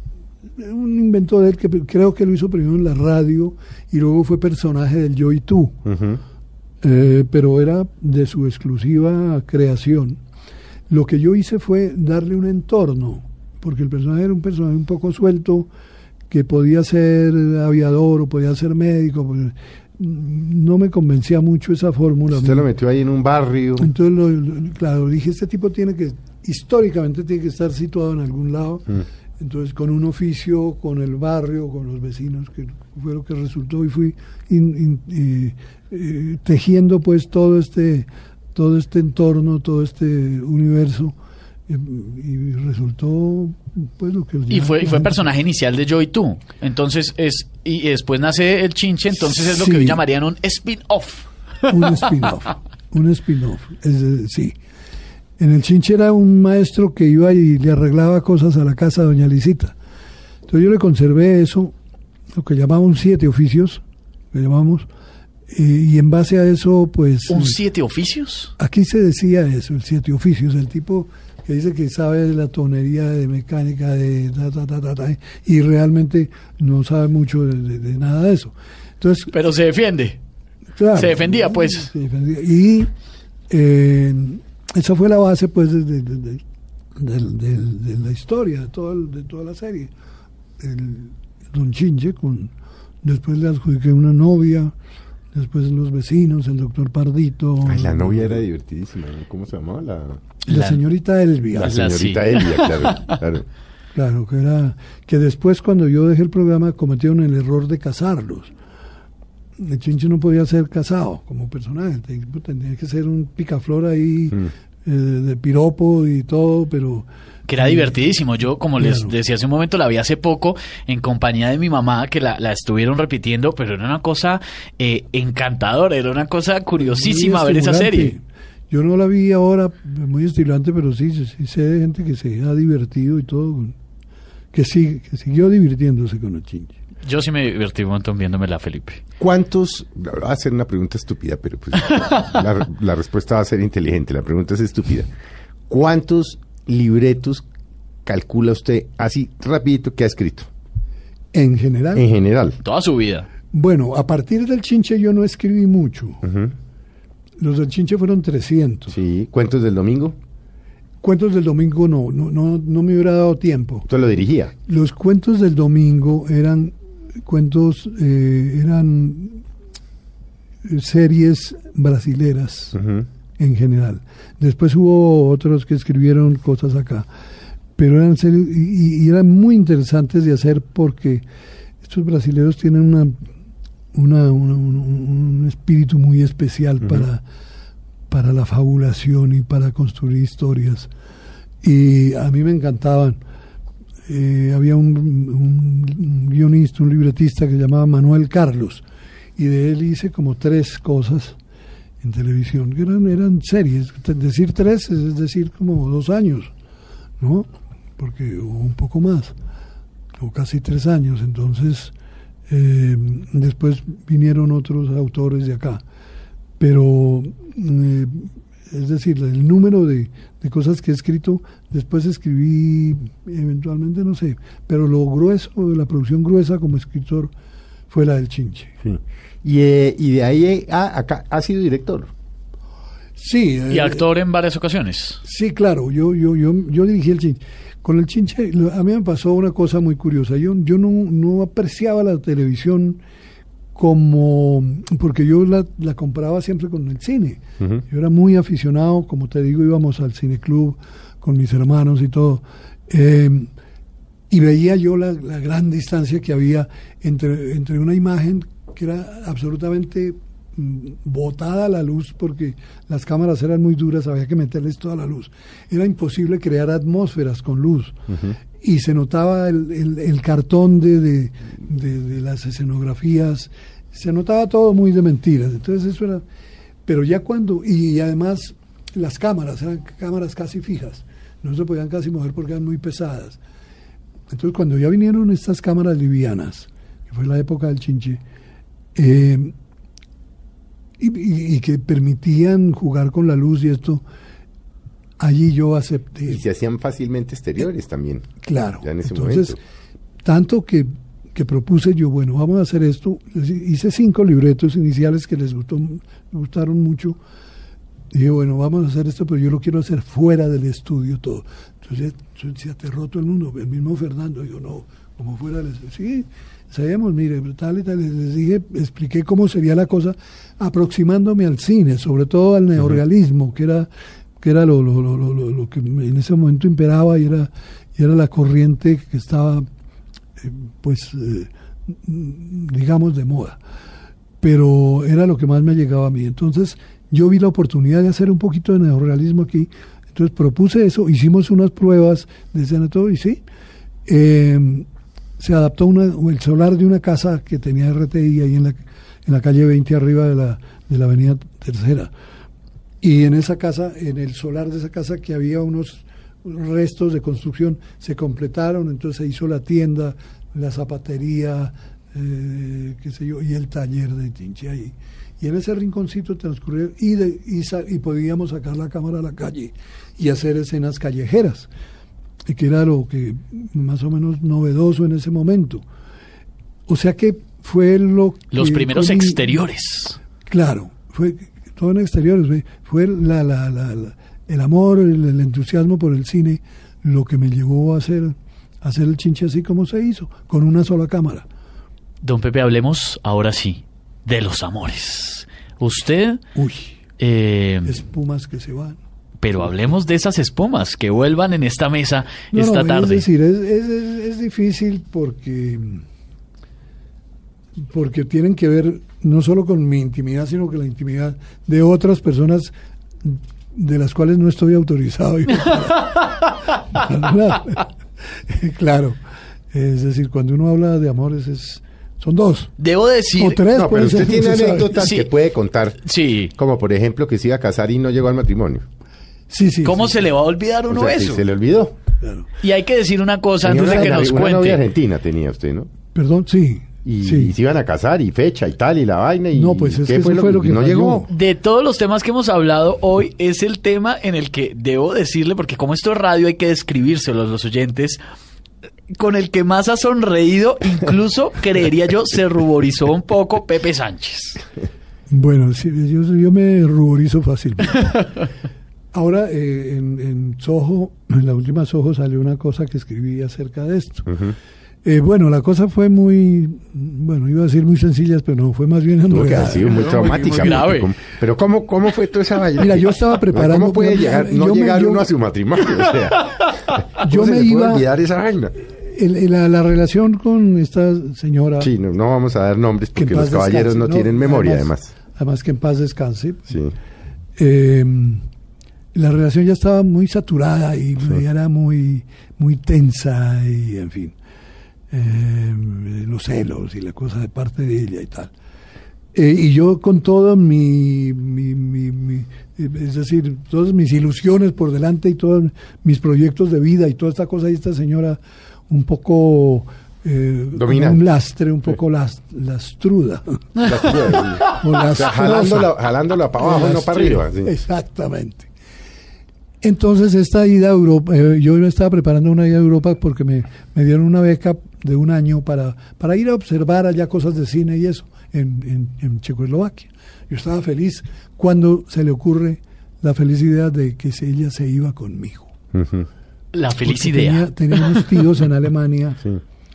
un invento de él que creo que lo hizo primero en la radio y luego fue personaje del Yo y Tú, Ujú. eh, pero era de su exclusiva creación. Lo que yo hice fue darle un entorno, porque el personaje era un personaje un poco suelto, que podía ser aviador o podía ser médico, pues, no me convencía mucho esa fórmula. Usted lo metió ahí en un barrio. Entonces, lo, lo, claro, dije, este tipo tiene que, históricamente tiene que estar situado en algún lado. Mm. Entonces, con un oficio, con el barrio, con los vecinos, que fue lo que resultó, y fui in, in, eh, eh, tejiendo pues todo este, todo este entorno, todo este universo, eh, y resultó pues lo que... Y fue, y fue personaje inicial de Yo y Tú, entonces es, y después nace el Chinche, entonces es lo sí, que hoy llamarían un spin-off. Un spin-off, un spin-off, es decir, sí. En el Chinche era un maestro que iba y le arreglaba cosas a la casa de doña Lisita. Entonces yo le conservé eso, lo que llamamos siete oficios, que llamamos, y, y en base a eso, pues... ¿Un siete oficios? Aquí se decía eso, el siete oficios, el tipo que dice que sabe de la tonería, de mecánica, de ta, ta, ta, ta, ta, y realmente no sabe mucho de, de, de nada de eso. Entonces, pero se defiende. Claro, se defendía, pues. Se defendía. Y eh, esa fue la base, pues, de, de, de, de, de, de la historia, de, todo el, de toda la serie. El Don Chinche, con, después le adjudiqué una novia, después los vecinos, el doctor Pardito. Ay, la novia era divertidísima, ¿no? ¿Cómo se llamaba? La, la, la señorita Elvia. La señorita Elvia, claro, claro. Claro, que era, que después cuando yo dejé el programa cometieron el error de casarlos. El Chinche no podía ser casado como personaje, tenía que ser un picaflor ahí, mm. eh, de piropo y todo, pero... Que era divertidísimo. Yo, como claro. les decía hace un momento, la vi hace poco en compañía de mi mamá, que la, la estuvieron repitiendo, pero era una cosa eh, encantadora, era una cosa curiosísima ver esa serie. Yo no la vi ahora, muy estimulante, pero sí, sí sé de gente que se ha divertido y todo, que, sí, que siguió divirtiéndose con el Chinche. Yo sí me divertí un montón viéndomela, Felipe. ¿Cuántos? Va a ser una pregunta estúpida, pero pues la, la respuesta va a ser inteligente. La pregunta es estúpida. ¿Cuántos libretos calcula usted así rapidito que ha escrito? ¿En general? En general. Toda su vida. Bueno, a partir del Chinche yo no escribí mucho. Uh-huh. Los del Chinche fueron trescientos. Sí. ¿Cuentos del domingo? Cuentos del domingo no, no, no, no me hubiera dado tiempo. ¿Usted lo dirigía? Los cuentos del domingo eran cuentos, eh, eran series brasileras, uh-huh, en general. Después hubo otros que escribieron cosas acá, pero eran series y, y eran muy interesantes de hacer porque estos brasileros tienen una, una, una un, un espíritu muy especial, uh-huh, para para la fabulación y para construir historias, y a mí me encantaban. Eh, había un, un guionista, un libretista que se llamaba Manuel Carlos, y de él hice como tres cosas en televisión, que eran, eran series. Decir tres es decir como dos años, ¿no? Porque o un poco más, o casi tres años. Entonces, eh, después vinieron otros autores de acá, pero eh, es decir, el número de, de cosas que he escrito, después escribí eventualmente, no sé, pero lo grueso, la producción gruesa como escritor fue la del Chinche. Sí. Y, eh, y de ahí a acá ha sido director. Sí. Y eh, actor en varias ocasiones. Sí, claro, yo, yo, yo, yo dirigí el Chinche. Con el Chinche, a mí me pasó una cosa muy curiosa. Yo, yo no, no apreciaba la televisión como, porque yo la, la comparaba siempre con el cine. Uh-huh. Yo era muy aficionado, como te digo, íbamos al cineclub con mis hermanos y todo, eh, y veía yo la, la gran distancia que había entre, entre una imagen que era absolutamente mm, botada a la luz, porque las cámaras eran muy duras, había que meterles toda la luz. Era imposible crear atmósferas con luz. Uh-huh. Y se notaba el, el, el cartón de, de, de, de las escenografías, se notaba todo muy de mentiras. Entonces eso era, pero ya cuando, y además las cámaras eran cámaras casi fijas, no se podían casi mover porque eran muy pesadas. Entonces cuando ya vinieron estas cámaras livianas, que fue la época del Chinche, eh, y, y, y que permitían jugar con la luz y esto, allí yo acepté. Y se hacían fácilmente exteriores también. Claro. Ya en ese Entonces, momento. Tanto que, que propuse yo, bueno, vamos a hacer esto. Hice cinco libretos iniciales que les gustó, me gustaron mucho. Dije, bueno, vamos a hacer esto, pero yo lo quiero hacer fuera del estudio todo. Entonces se aterró todo el mundo. El mismo Fernando dijo, no, como fuera del estudio. Sí, sabíamos, mire, tal y tal, les dije, expliqué cómo sería la cosa, aproximándome al cine, sobre todo al neorrealismo, uh-huh. que era que era lo, lo, lo, lo, lo que en ese momento imperaba y era, y era la corriente que estaba, eh, pues, eh, digamos, de moda. Pero era lo que más me llegaba a mí. Entonces, yo vi la oportunidad de hacer un poquito de neorrealismo aquí. Entonces, propuse eso, hicimos unas pruebas de escena todo, y sí, eh, se adaptó una, el solar de una casa que tenía R T I ahí en la, en la calle veinte, arriba de la, de la avenida Tercera. Y en esa casa, en el solar de esa casa, que había unos restos de construcción, se completaron, entonces se hizo la tienda, la zapatería, eh, qué sé yo, y el taller de Tinche ahí. Y en ese rinconcito transcurrió, y, de, y, sa, y podíamos sacar la cámara a la calle y hacer escenas callejeras, que era lo que más o menos novedoso en ese momento. O sea que fue lo que... Los primeros exteriores. Claro, fue... todo en exteriores, fue, fue la, la, la, la, el amor, el, el entusiasmo por el cine lo que me llevó a hacer, a hacer el Chinche así como se hizo, con una sola cámara. Don Pepe, hablemos ahora sí de los amores. Usted... Uy, eh, espumas que se van. Pero hablemos de esas espumas que vuelvan en esta mesa no, esta no, tarde. Es decir, es, es, es, es difícil porque... porque tienen que ver no solo con mi intimidad, sino que la intimidad de otras personas de las cuales no estoy autorizado. Claro, es decir, cuando uno habla de amores es, son dos. Debo decir... O tres, no, pero usted ser, tiene anécdotas sí. que puede contar. Sí. Como por ejemplo que se iba a casar y no llegó al matrimonio. Sí, sí. ¿Cómo sí, se sí. le va a olvidar uno o sea, eso? Sí, se le olvidó. Claro. Y hay que decir una cosa Tenía antes una, de que una, nos una cuente. novia argentina tenía usted, ¿no? Perdón, sí. Y, sí. y se iban a casar y fecha y tal y la vaina y no, pues es ¿qué que fue, eso lo, fue lo que no falló. llegó? De todos los temas que hemos hablado hoy, es el tema en el que debo decirle, porque como esto es radio hay que describírselo a los oyentes, con el que más ha sonreído, incluso creería yo, se ruborizó un poco Pepe Sánchez. Bueno, sí, yo, yo me ruborizo fácilmente. Ahora, eh, en, en Soho, en la última Soho salió una cosa que escribí acerca de esto. Uh-huh. Eh, bueno, la cosa fue muy, bueno, iba a decir muy sencilla, pero no, fue más bien enredada. Ha sido muy traumática. Muy, muy grave. Porque, pero ¿cómo, ¿cómo fue toda esa vaina? Mira, yo estaba preparando... ¿Cómo puede llegar, no yo llegar me, uno yo, a su matrimonio? O sea, yo me se le iba... puede olvidar esa vaina? El, el, la, la relación con esta señora... Sí, no, no vamos a dar nombres porque los caballeros descanse, no tienen no, memoria, además, además. Además que en paz descanse. Sí. Eh, la relación ya estaba muy saturada y sí. era muy, muy tensa y, en fin, eh, los celos y la cosa de parte de ella y tal. Eh, y yo con todo mi, mi, mi, mi, es decir, todas mis ilusiones por delante y todos mis proyectos de vida y toda esta cosa, y esta señora un poco... Eh, un lastre, un poco sí. las, lastruda. Lastruda, sí. o o sea, jalándola, jalándola para abajo, no para arriba. Sí. Exactamente. Entonces, esta ida a Europa, eh, yo me estaba preparando una ida a Europa porque me, me dieron una beca de un año para, para ir a observar allá cosas de cine y eso, en, en, en Checoslovaquia. Yo estaba feliz cuando se le ocurre la feliz idea de que ella se iba conmigo. Uh-huh. La feliz porque idea. Tenía, tenía unos tíos en Alemania. Sí.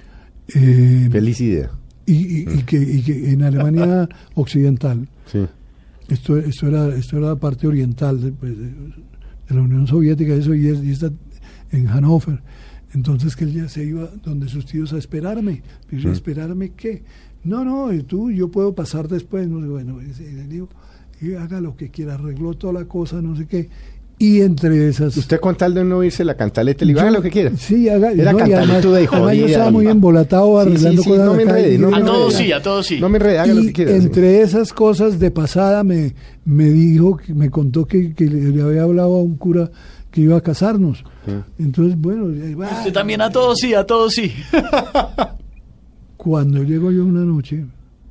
Eh, Feliz idea. Y, y, y, que, y que en Alemania occidental, sí. esto, esto, era, esto era la parte oriental de, pues, de, de la Unión Soviética, eso, y, es, y está en Hannover. Entonces que él ya se iba donde sus tíos a esperarme. ¿Y sí. ¿Esperarme qué? No, no, tú, yo puedo pasar después. No sé, bueno, le digo, y haga lo que quiera, arregló toda la cosa, no sé qué. Y entre esas... Usted con tal de no irse la cantaleta, le iba a haga lo que quiera. Sí, haga... Era no, cantaletuda y jodida. Además yo estaba muy embolatado arreglando sí, sí, sí, cosas. no me enrede, no me a todos sí, a todos sí. No me enrede, haga y lo que quiera. entre sí. esas cosas, de pasada, me, me dijo, me contó que, que le había hablado a un cura que iba a casarnos. Sí. Entonces, bueno... Usted ah, también a todos sí, a todos sí. Cuando llego yo una noche,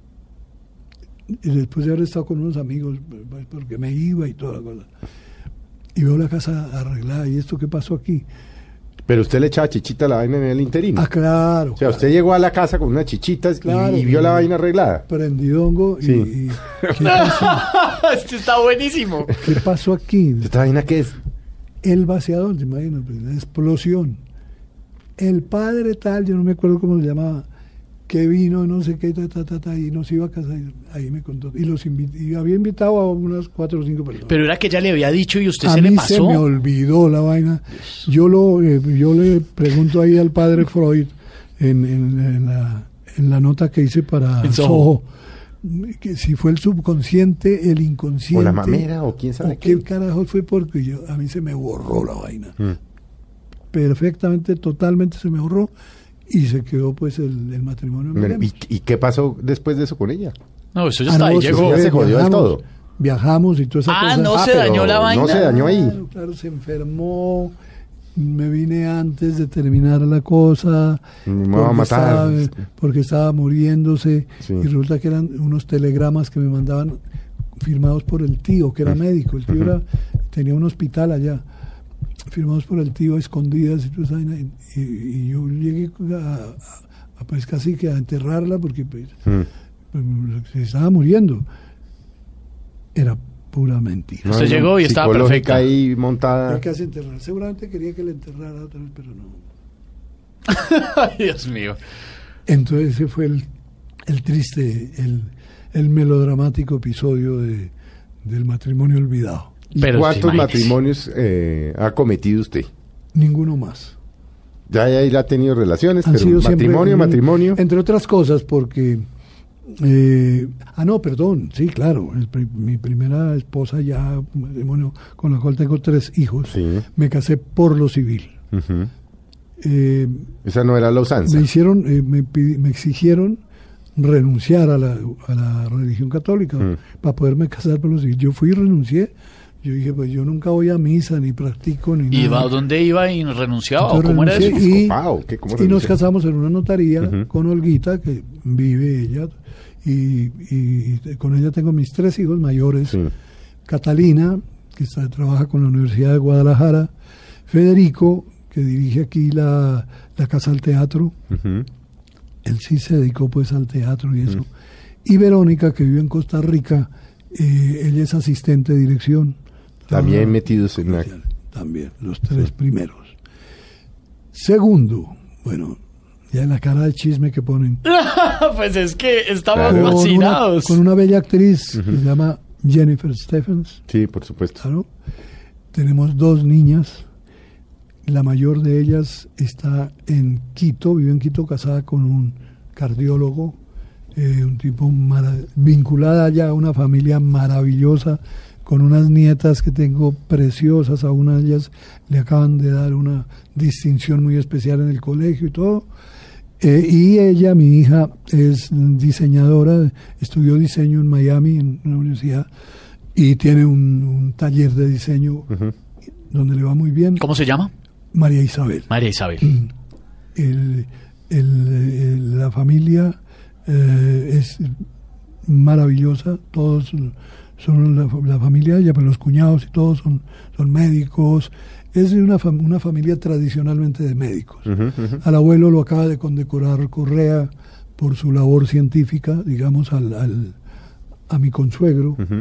y después de haber estado con unos amigos, porque me iba y toda la cosa... Y veo la casa arreglada. ¿Y esto qué pasó aquí? Pero usted le echaba chichita a la vaina en el interino. Ah, claro. O sea, claro. usted llegó a la casa con unas chichitas claro, y, y vio la vaina arreglada. Prendidongo. Sí. Y, y, ¿qué pasó? Este está buenísimo. ¿Qué pasó aquí? ¿Esta vaina qué es? El vaciador, ¿se imagina? La explosión. El padre tal, yo no me acuerdo cómo se llamaba, que vino, no sé qué, ta, ta, ta, ta, y nos iba a casar, ahí me contó, y los invit y había invitado a unas cuatro o cinco personas. Pero era que ella le había dicho y usted a se mí le pasó. se me olvidó la vaina. Yo lo, eh, yo le pregunto ahí al padre Freud, en, en, en, la, en la nota que hice para En Soho. Soho, que si fue el subconsciente, el inconsciente, O la mamera, o quién sabe o qué. qué carajo fue, porque yo, a mí se me borró la vaina. Mm. Perfectamente, totalmente se me borró, y se quedó pues el, el matrimonio. en Bueno, Miami. ¿y, ¿Y qué pasó después de eso con ella? No, eso ya Ah, está, ahí no, llegó. ya se jodió del viajamos, todo. Viajamos y toda esa Ah, cosa. no se pero dañó la vaina. No se dañó ahí. Claro, claro, se enfermó. Me vine antes de terminar la cosa. Me va a porque matar. estaba- porque estaba muriéndose. Sí. Y resulta que eran unos telegramas que me mandaban firmados por el tío, que era médico. El tío era, tenía un hospital allá. Firmados por el tío a escondidas. Y, toda esa vaina, y, y yo llegué a, a- a, pues casi que a enterrarla porque pues, Mm. pues, se estaba muriendo. Era pura mentira. Usted llegó y estaba psicológica perfecta. ahí montada. ¿Qué casi enterrar? Seguramente quería que la enterrara otra vez, pero no. Ay, Dios mío. Entonces ese fue el, el triste, el, el melodramático episodio de, del matrimonio olvidado. ¿Y Pero cuántos imagínese. matrimonios eh, ha cometido usted? Ninguno más. Ya ahí ha tenido relaciones, Han pero sido siempre matrimonio, un- matrimonio. Entre otras cosas porque... eh, ah, no, perdón, sí, claro. el pri- mi primera esposa ya, matrimonio, con la cual tengo tres hijos, Sí. me casé por lo civil. Ujú. Eh, Esa no era la usanza. me hicieron, eh, me, pidi- me exigieron renunciar a la, a la religión católica Mm. para poderme casar por lo civil. Yo fui y renuncié. Yo dije, pues yo nunca voy a misa, ni practico, ni ¿Y nada. a dónde iba y renunciaba? ¿O Entonces cómo era eso? renuncié y, Escopado, ¿qué? ¿Cómo y nos renuncia? casamos en una notaría Ujú. con Olguita, que vive ella, y, y- y con ella tengo mis tres hijos mayores. Sí. Catalina, que está, trabaja con la Universidad de Guadalajara, Federico, que dirige aquí la, la Casa al Teatro, Ujú. él sí se dedicó pues al teatro y eso, y Verónica, que vive en Costa Rica, eh, ella es asistente de dirección. También Trabaja- metidos en la... También, los tres primeros. Segundo, bueno, ya en la cara de chisme que ponen, Pues es que estamos Claro. con una, fascinados. con una bella actriz que se llama Jennifer Stephens. Sí, por supuesto. Claro. Tenemos dos niñas. La mayor de ellas está en Quito, vive en Quito, casada con un cardiólogo, eh, un tipo mara- vinculada ya a una familia maravillosa, con unas nietas que tengo preciosas. A una de ellas le acaban de dar una distinción muy especial en el colegio y todo. Eh, y ella, mi hija, es diseñadora, estudió diseño en Miami, en una universidad, y tiene un, un taller de diseño Ujú. donde le va muy bien. ¿Cómo se llama? María Isabel. María Isabel. El- el- el- la familia eh, es maravillosa, todos son la, la familia de ella, pero los cuñados y todos son, son médicos. Es una, fam- una familia tradicionalmente de médicos. Ujú, ujú. Al abuelo lo acaba de condecorar Correa por su labor científica, digamos, al, al- a mi consuegro. Ujú.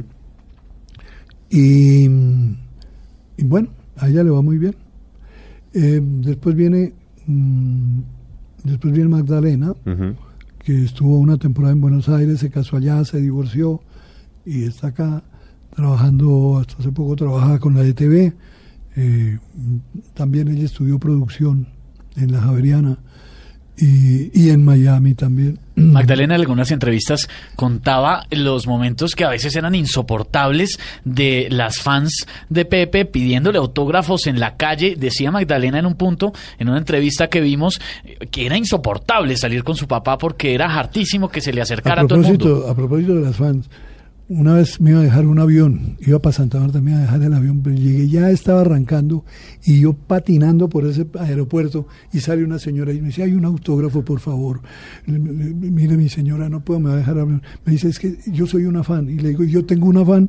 Y, y bueno, a ella le va muy bien. Eh, después viene mm, después viene Magdalena, Ujú. que estuvo una temporada en Buenos Aires, se casó allá, se divorció y está acá trabajando, hasta hace poco trabajaba con la E T V. Eh, también ella estudió producción en la Javeriana y, y en Miami también. Magdalena en algunas entrevistas contaba los momentos que a veces eran insoportables de las fans de Pepe pidiéndole autógrafos en la calle. Decía Magdalena en un punto, en una entrevista que vimos, eh, que era insoportable salir con su papá porque era hartísimo que se le acercara A a todo el mundo. propósito, a propósito de las fans, una vez me iba a dejar un avión, iba para Santa Marta, me iba a dejar el avión, pero llegué, ya estaba arrancando y yo patinando por ese aeropuerto y sale una señora y me dice, hay un autógrafo, por favor. M- m- Mire, mi señora, no puedo, me va a dejar el avión. Me dice, es que yo soy una fan. Y le digo, yo tengo una fan.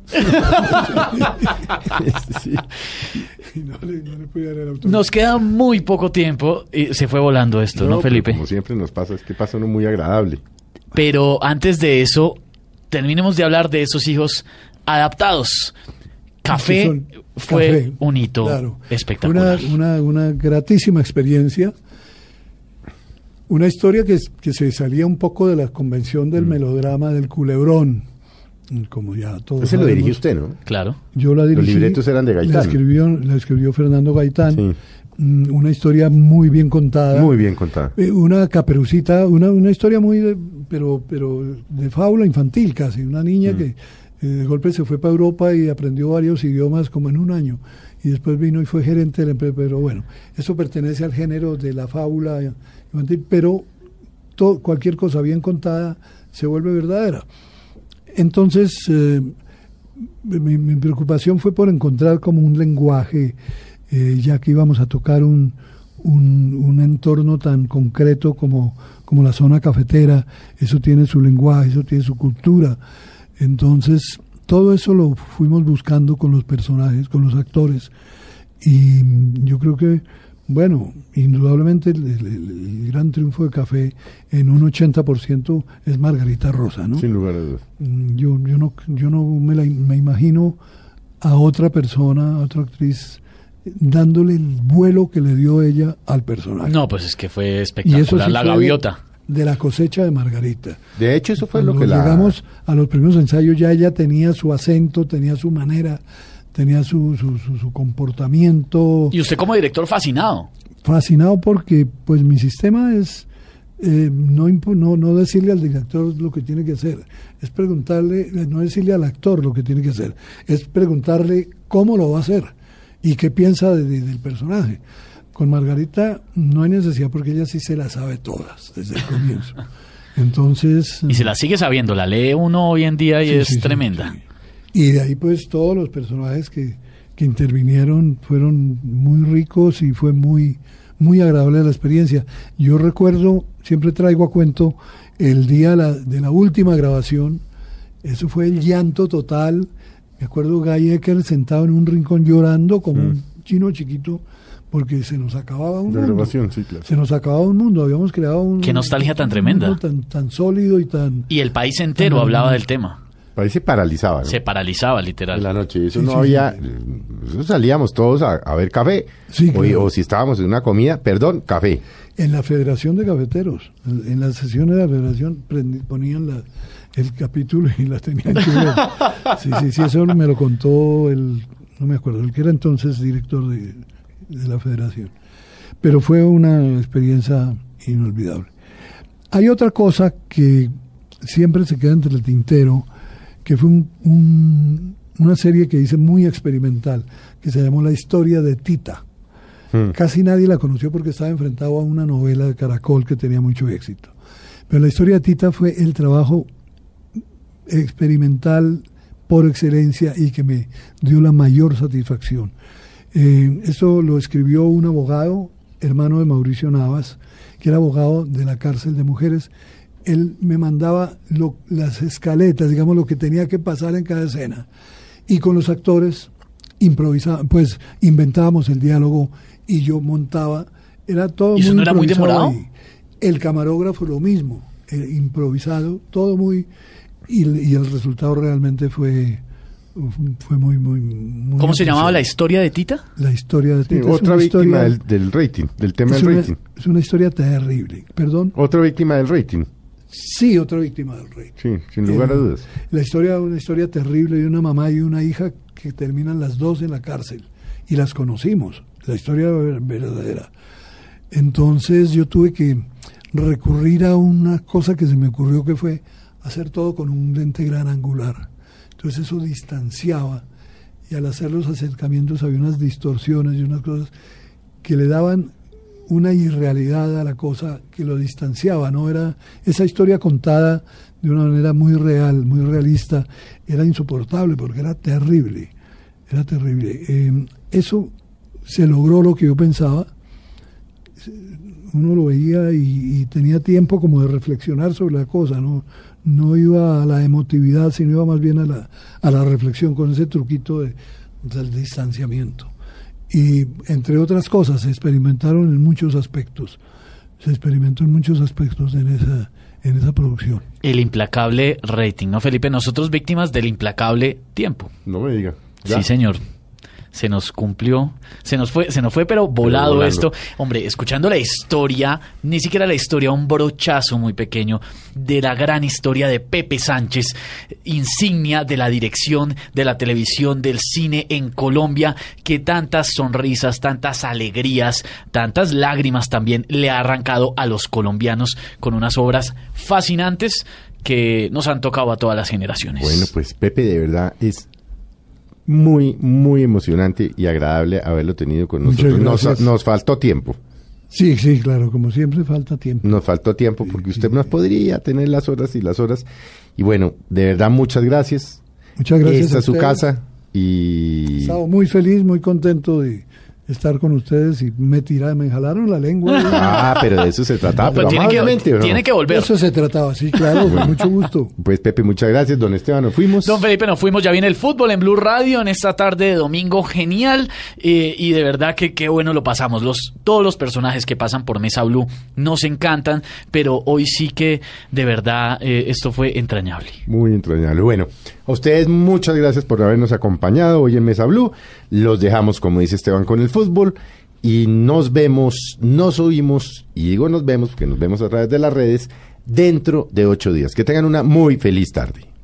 Sí. Y no le, no le pude dar el autógrafo. Nos queda muy poco tiempo y se fue volando esto, ¿no, No, pero Felipe? Como siempre nos pasa, es que pasa uno muy agradable. Pero antes de eso, terminemos de hablar de esos hijos adaptados. Café Que son- fue Café, un hito claro. espectacular. Una, una, una gratísima experiencia. Una historia que, que se salía un poco de la convención del mm. melodrama del culebrón, como ya todos Ese sabemos. Lo dirigió usted, ¿no? Claro. Yo la dirigí. Los libretos eran de Gaitán. La escribió, la escribió Fernando Gaitán. Sí. Una historia muy bien contada. Muy bien contada. Una caperucita, una, una historia muy, de, pero, pero de fábula infantil casi. Una niña mm. que eh, de golpe se fue para Europa y aprendió varios idiomas como en un año. Y después vino y fue gerente de la empresa. Pero bueno, eso pertenece al género de la fábula infantil. Pero to, cualquier cosa bien contada se vuelve verdadera. Entonces, eh, mi, mi preocupación fue por encontrar como un lenguaje. Eh, ya que íbamos a tocar un, un, un entorno tan concreto como, como la zona cafetera, eso tiene su lenguaje, eso tiene su cultura. Entonces, todo eso lo fuimos buscando con los personajes, con los actores. Y yo creo que, bueno, indudablemente el, el, el gran triunfo de Café en un ochenta por ciento es Margarita Rosa, ¿no? Sin lugar a dudas. Yo, yo no, yo no me, la, me imagino a otra persona, a otra actriz, dándole el vuelo que le dio ella al personaje. No, pues es que fue espectacular, y eso sí la fue gaviota. De, de la cosecha de Margarita. De hecho, eso fue Cuando lo que llegamos la... a los primeros ensayos, ya ella tenía su acento, tenía su manera, tenía su, su, su, su comportamiento. Y usted como director fascinado. Fascinado porque, pues, mi sistema es eh, no, no, no decirle al director lo que tiene que hacer, es preguntarle, no decirle al actor lo que tiene que hacer, es preguntarle cómo lo va a hacer y qué piensa de, de, del personaje. Con Margarita no hay necesidad porque ella sí se las sabe todas desde el comienzo. Entonces... Y se la sigue sabiendo, la lee uno hoy en día y sí, es sí, tremenda. Sí, sí. Y de ahí pues todos los personajes que, que intervinieron fueron muy ricos y fue muy, muy agradable la experiencia. Yo recuerdo, siempre traigo a cuento, el día de la, de la última grabación, eso fue el llanto total. Me acuerdo Guy Ecker sentado en un rincón llorando como mm. un chino chiquito porque se nos acababa un mundo. Grabación, sí, claro. Se nos acababa un mundo, habíamos creado un... Qué nostalgia tan tremenda. Tan, tan sólido y tan... Y el país entero hablaba del tema. El país se paralizaba, ¿no? Se paralizaba, literal. En la noche, eso sí, no sí, había... Sí. Nosotros salíamos todos a, a ver café. Sí, claro. o, o si estábamos en una comida, perdón, café. En la Federación de Cafeteros, en las sesiones de la Federación prendí, ponían la... el capítulo y la tenían que ver. Sí, sí, sí, eso me lo contó el, no me acuerdo, el que era entonces director de, de la federación. Pero fue una experiencia inolvidable. Hay otra cosa que siempre se queda entre el tintero, que fue un, un, una serie que hice muy experimental, que se llamó La historia de Tita. Hmm. Casi nadie la conoció porque estaba enfrentado a una novela de Caracol que tenía mucho éxito. Pero La historia de Tita fue el trabajo experimental por excelencia y que me dio la mayor satisfacción. Eh, esto lo escribió un abogado, hermano de Mauricio Navas, que era abogado de la cárcel de mujeres. Él me mandaba lo, las escaletas, digamos, lo que tenía que pasar en cada escena. Y con los actores improvisábamos, pues inventábamos el diálogo y yo montaba. Era todo ¿Y eso muy no era muy demorado? Y el camarógrafo lo mismo, eh, improvisado, todo muy... Y, y el resultado realmente fue fue muy muy, muy ¿Cómo se llamaba la historia de Tita? La historia de Tita. Sí, otra víctima del, del rating, del tema del una, rating. Es una historia terrible. ¿Perdón? Otra víctima del rating. Sí, otra víctima del rating. Sí, sin lugar eh, a dudas. La historia, una historia terrible de una mamá y una hija que terminan las dos en la cárcel. Y las conocimos. La historia verdadera. Entonces yo tuve que recurrir a una cosa que se me ocurrió, que fue hacer todo con un lente gran angular. Entonces eso distanciaba, y al hacer los acercamientos había unas distorsiones y unas cosas que le daban una irrealidad a la cosa, que lo distanciaba, ¿no? Era esa historia contada de una manera muy real, muy realista, era insoportable porque era terrible, era terrible. Eh, eso se logró lo que yo pensaba. Uno lo veía y, y tenía tiempo como de reflexionar sobre la cosa, ¿no? No iba a la emotividad, sino iba más bien a la, a la reflexión con ese truquito de, del distanciamiento. Y entre otras cosas se experimentaron en muchos aspectos, se experimentó en muchos aspectos en esa, en esa producción. El implacable rating, ¿no, Felipe? Nosotros víctimas del implacable tiempo. No me diga. ¿Ya? Sí, señor. se nos cumplió, se nos fue, se nos fue, pero volado volando. esto. Hombre, escuchando la historia, ni siquiera la historia, un brochazo muy pequeño de la gran historia de Pepe Sánchez, insignia de la dirección de la televisión, del cine en Colombia, que tantas sonrisas, tantas alegrías, tantas lágrimas también le ha arrancado a los colombianos con unas obras fascinantes que nos han tocado a todas las generaciones. Bueno, pues Pepe, de verdad es muy, muy emocionante y agradable haberlo tenido con Muchas nosotros. Nos, gracias. nos faltó tiempo, Sí, sí, claro, como siempre falta tiempo. nos faltó tiempo porque usted nos podría tener las horas y las horas. Y bueno, de verdad, muchas gracias. Muchas gracias. Esta a es su ustedes. casa y... He estado muy feliz, muy contento de estar con ustedes y me tiraron, me jalaron la lengua. Ah, pero de eso se trataba, Pero pero tiene, amablemente, que, ¿o no? tiene que volver. Eso se trataba, sí, claro, con mucho gusto. Pues Pepe, muchas gracias. Don Esteban, nos fuimos. Don Felipe, nos fuimos, ya viene el fútbol en Blue Radio en esta tarde de domingo genial, eh, y de verdad que qué bueno lo pasamos. Los, todos los personajes que pasan por Mesa Blue nos encantan, pero hoy sí que de verdad eh, esto fue entrañable. Muy entrañable. Bueno, a ustedes muchas gracias por habernos acompañado hoy en Mesa Blue. Los dejamos, como dice Esteban, con el fútbol. Y nos vemos, nos oímos, y digo nos vemos porque nos vemos a través de las redes, dentro de ocho días. Que tengan una muy feliz tarde.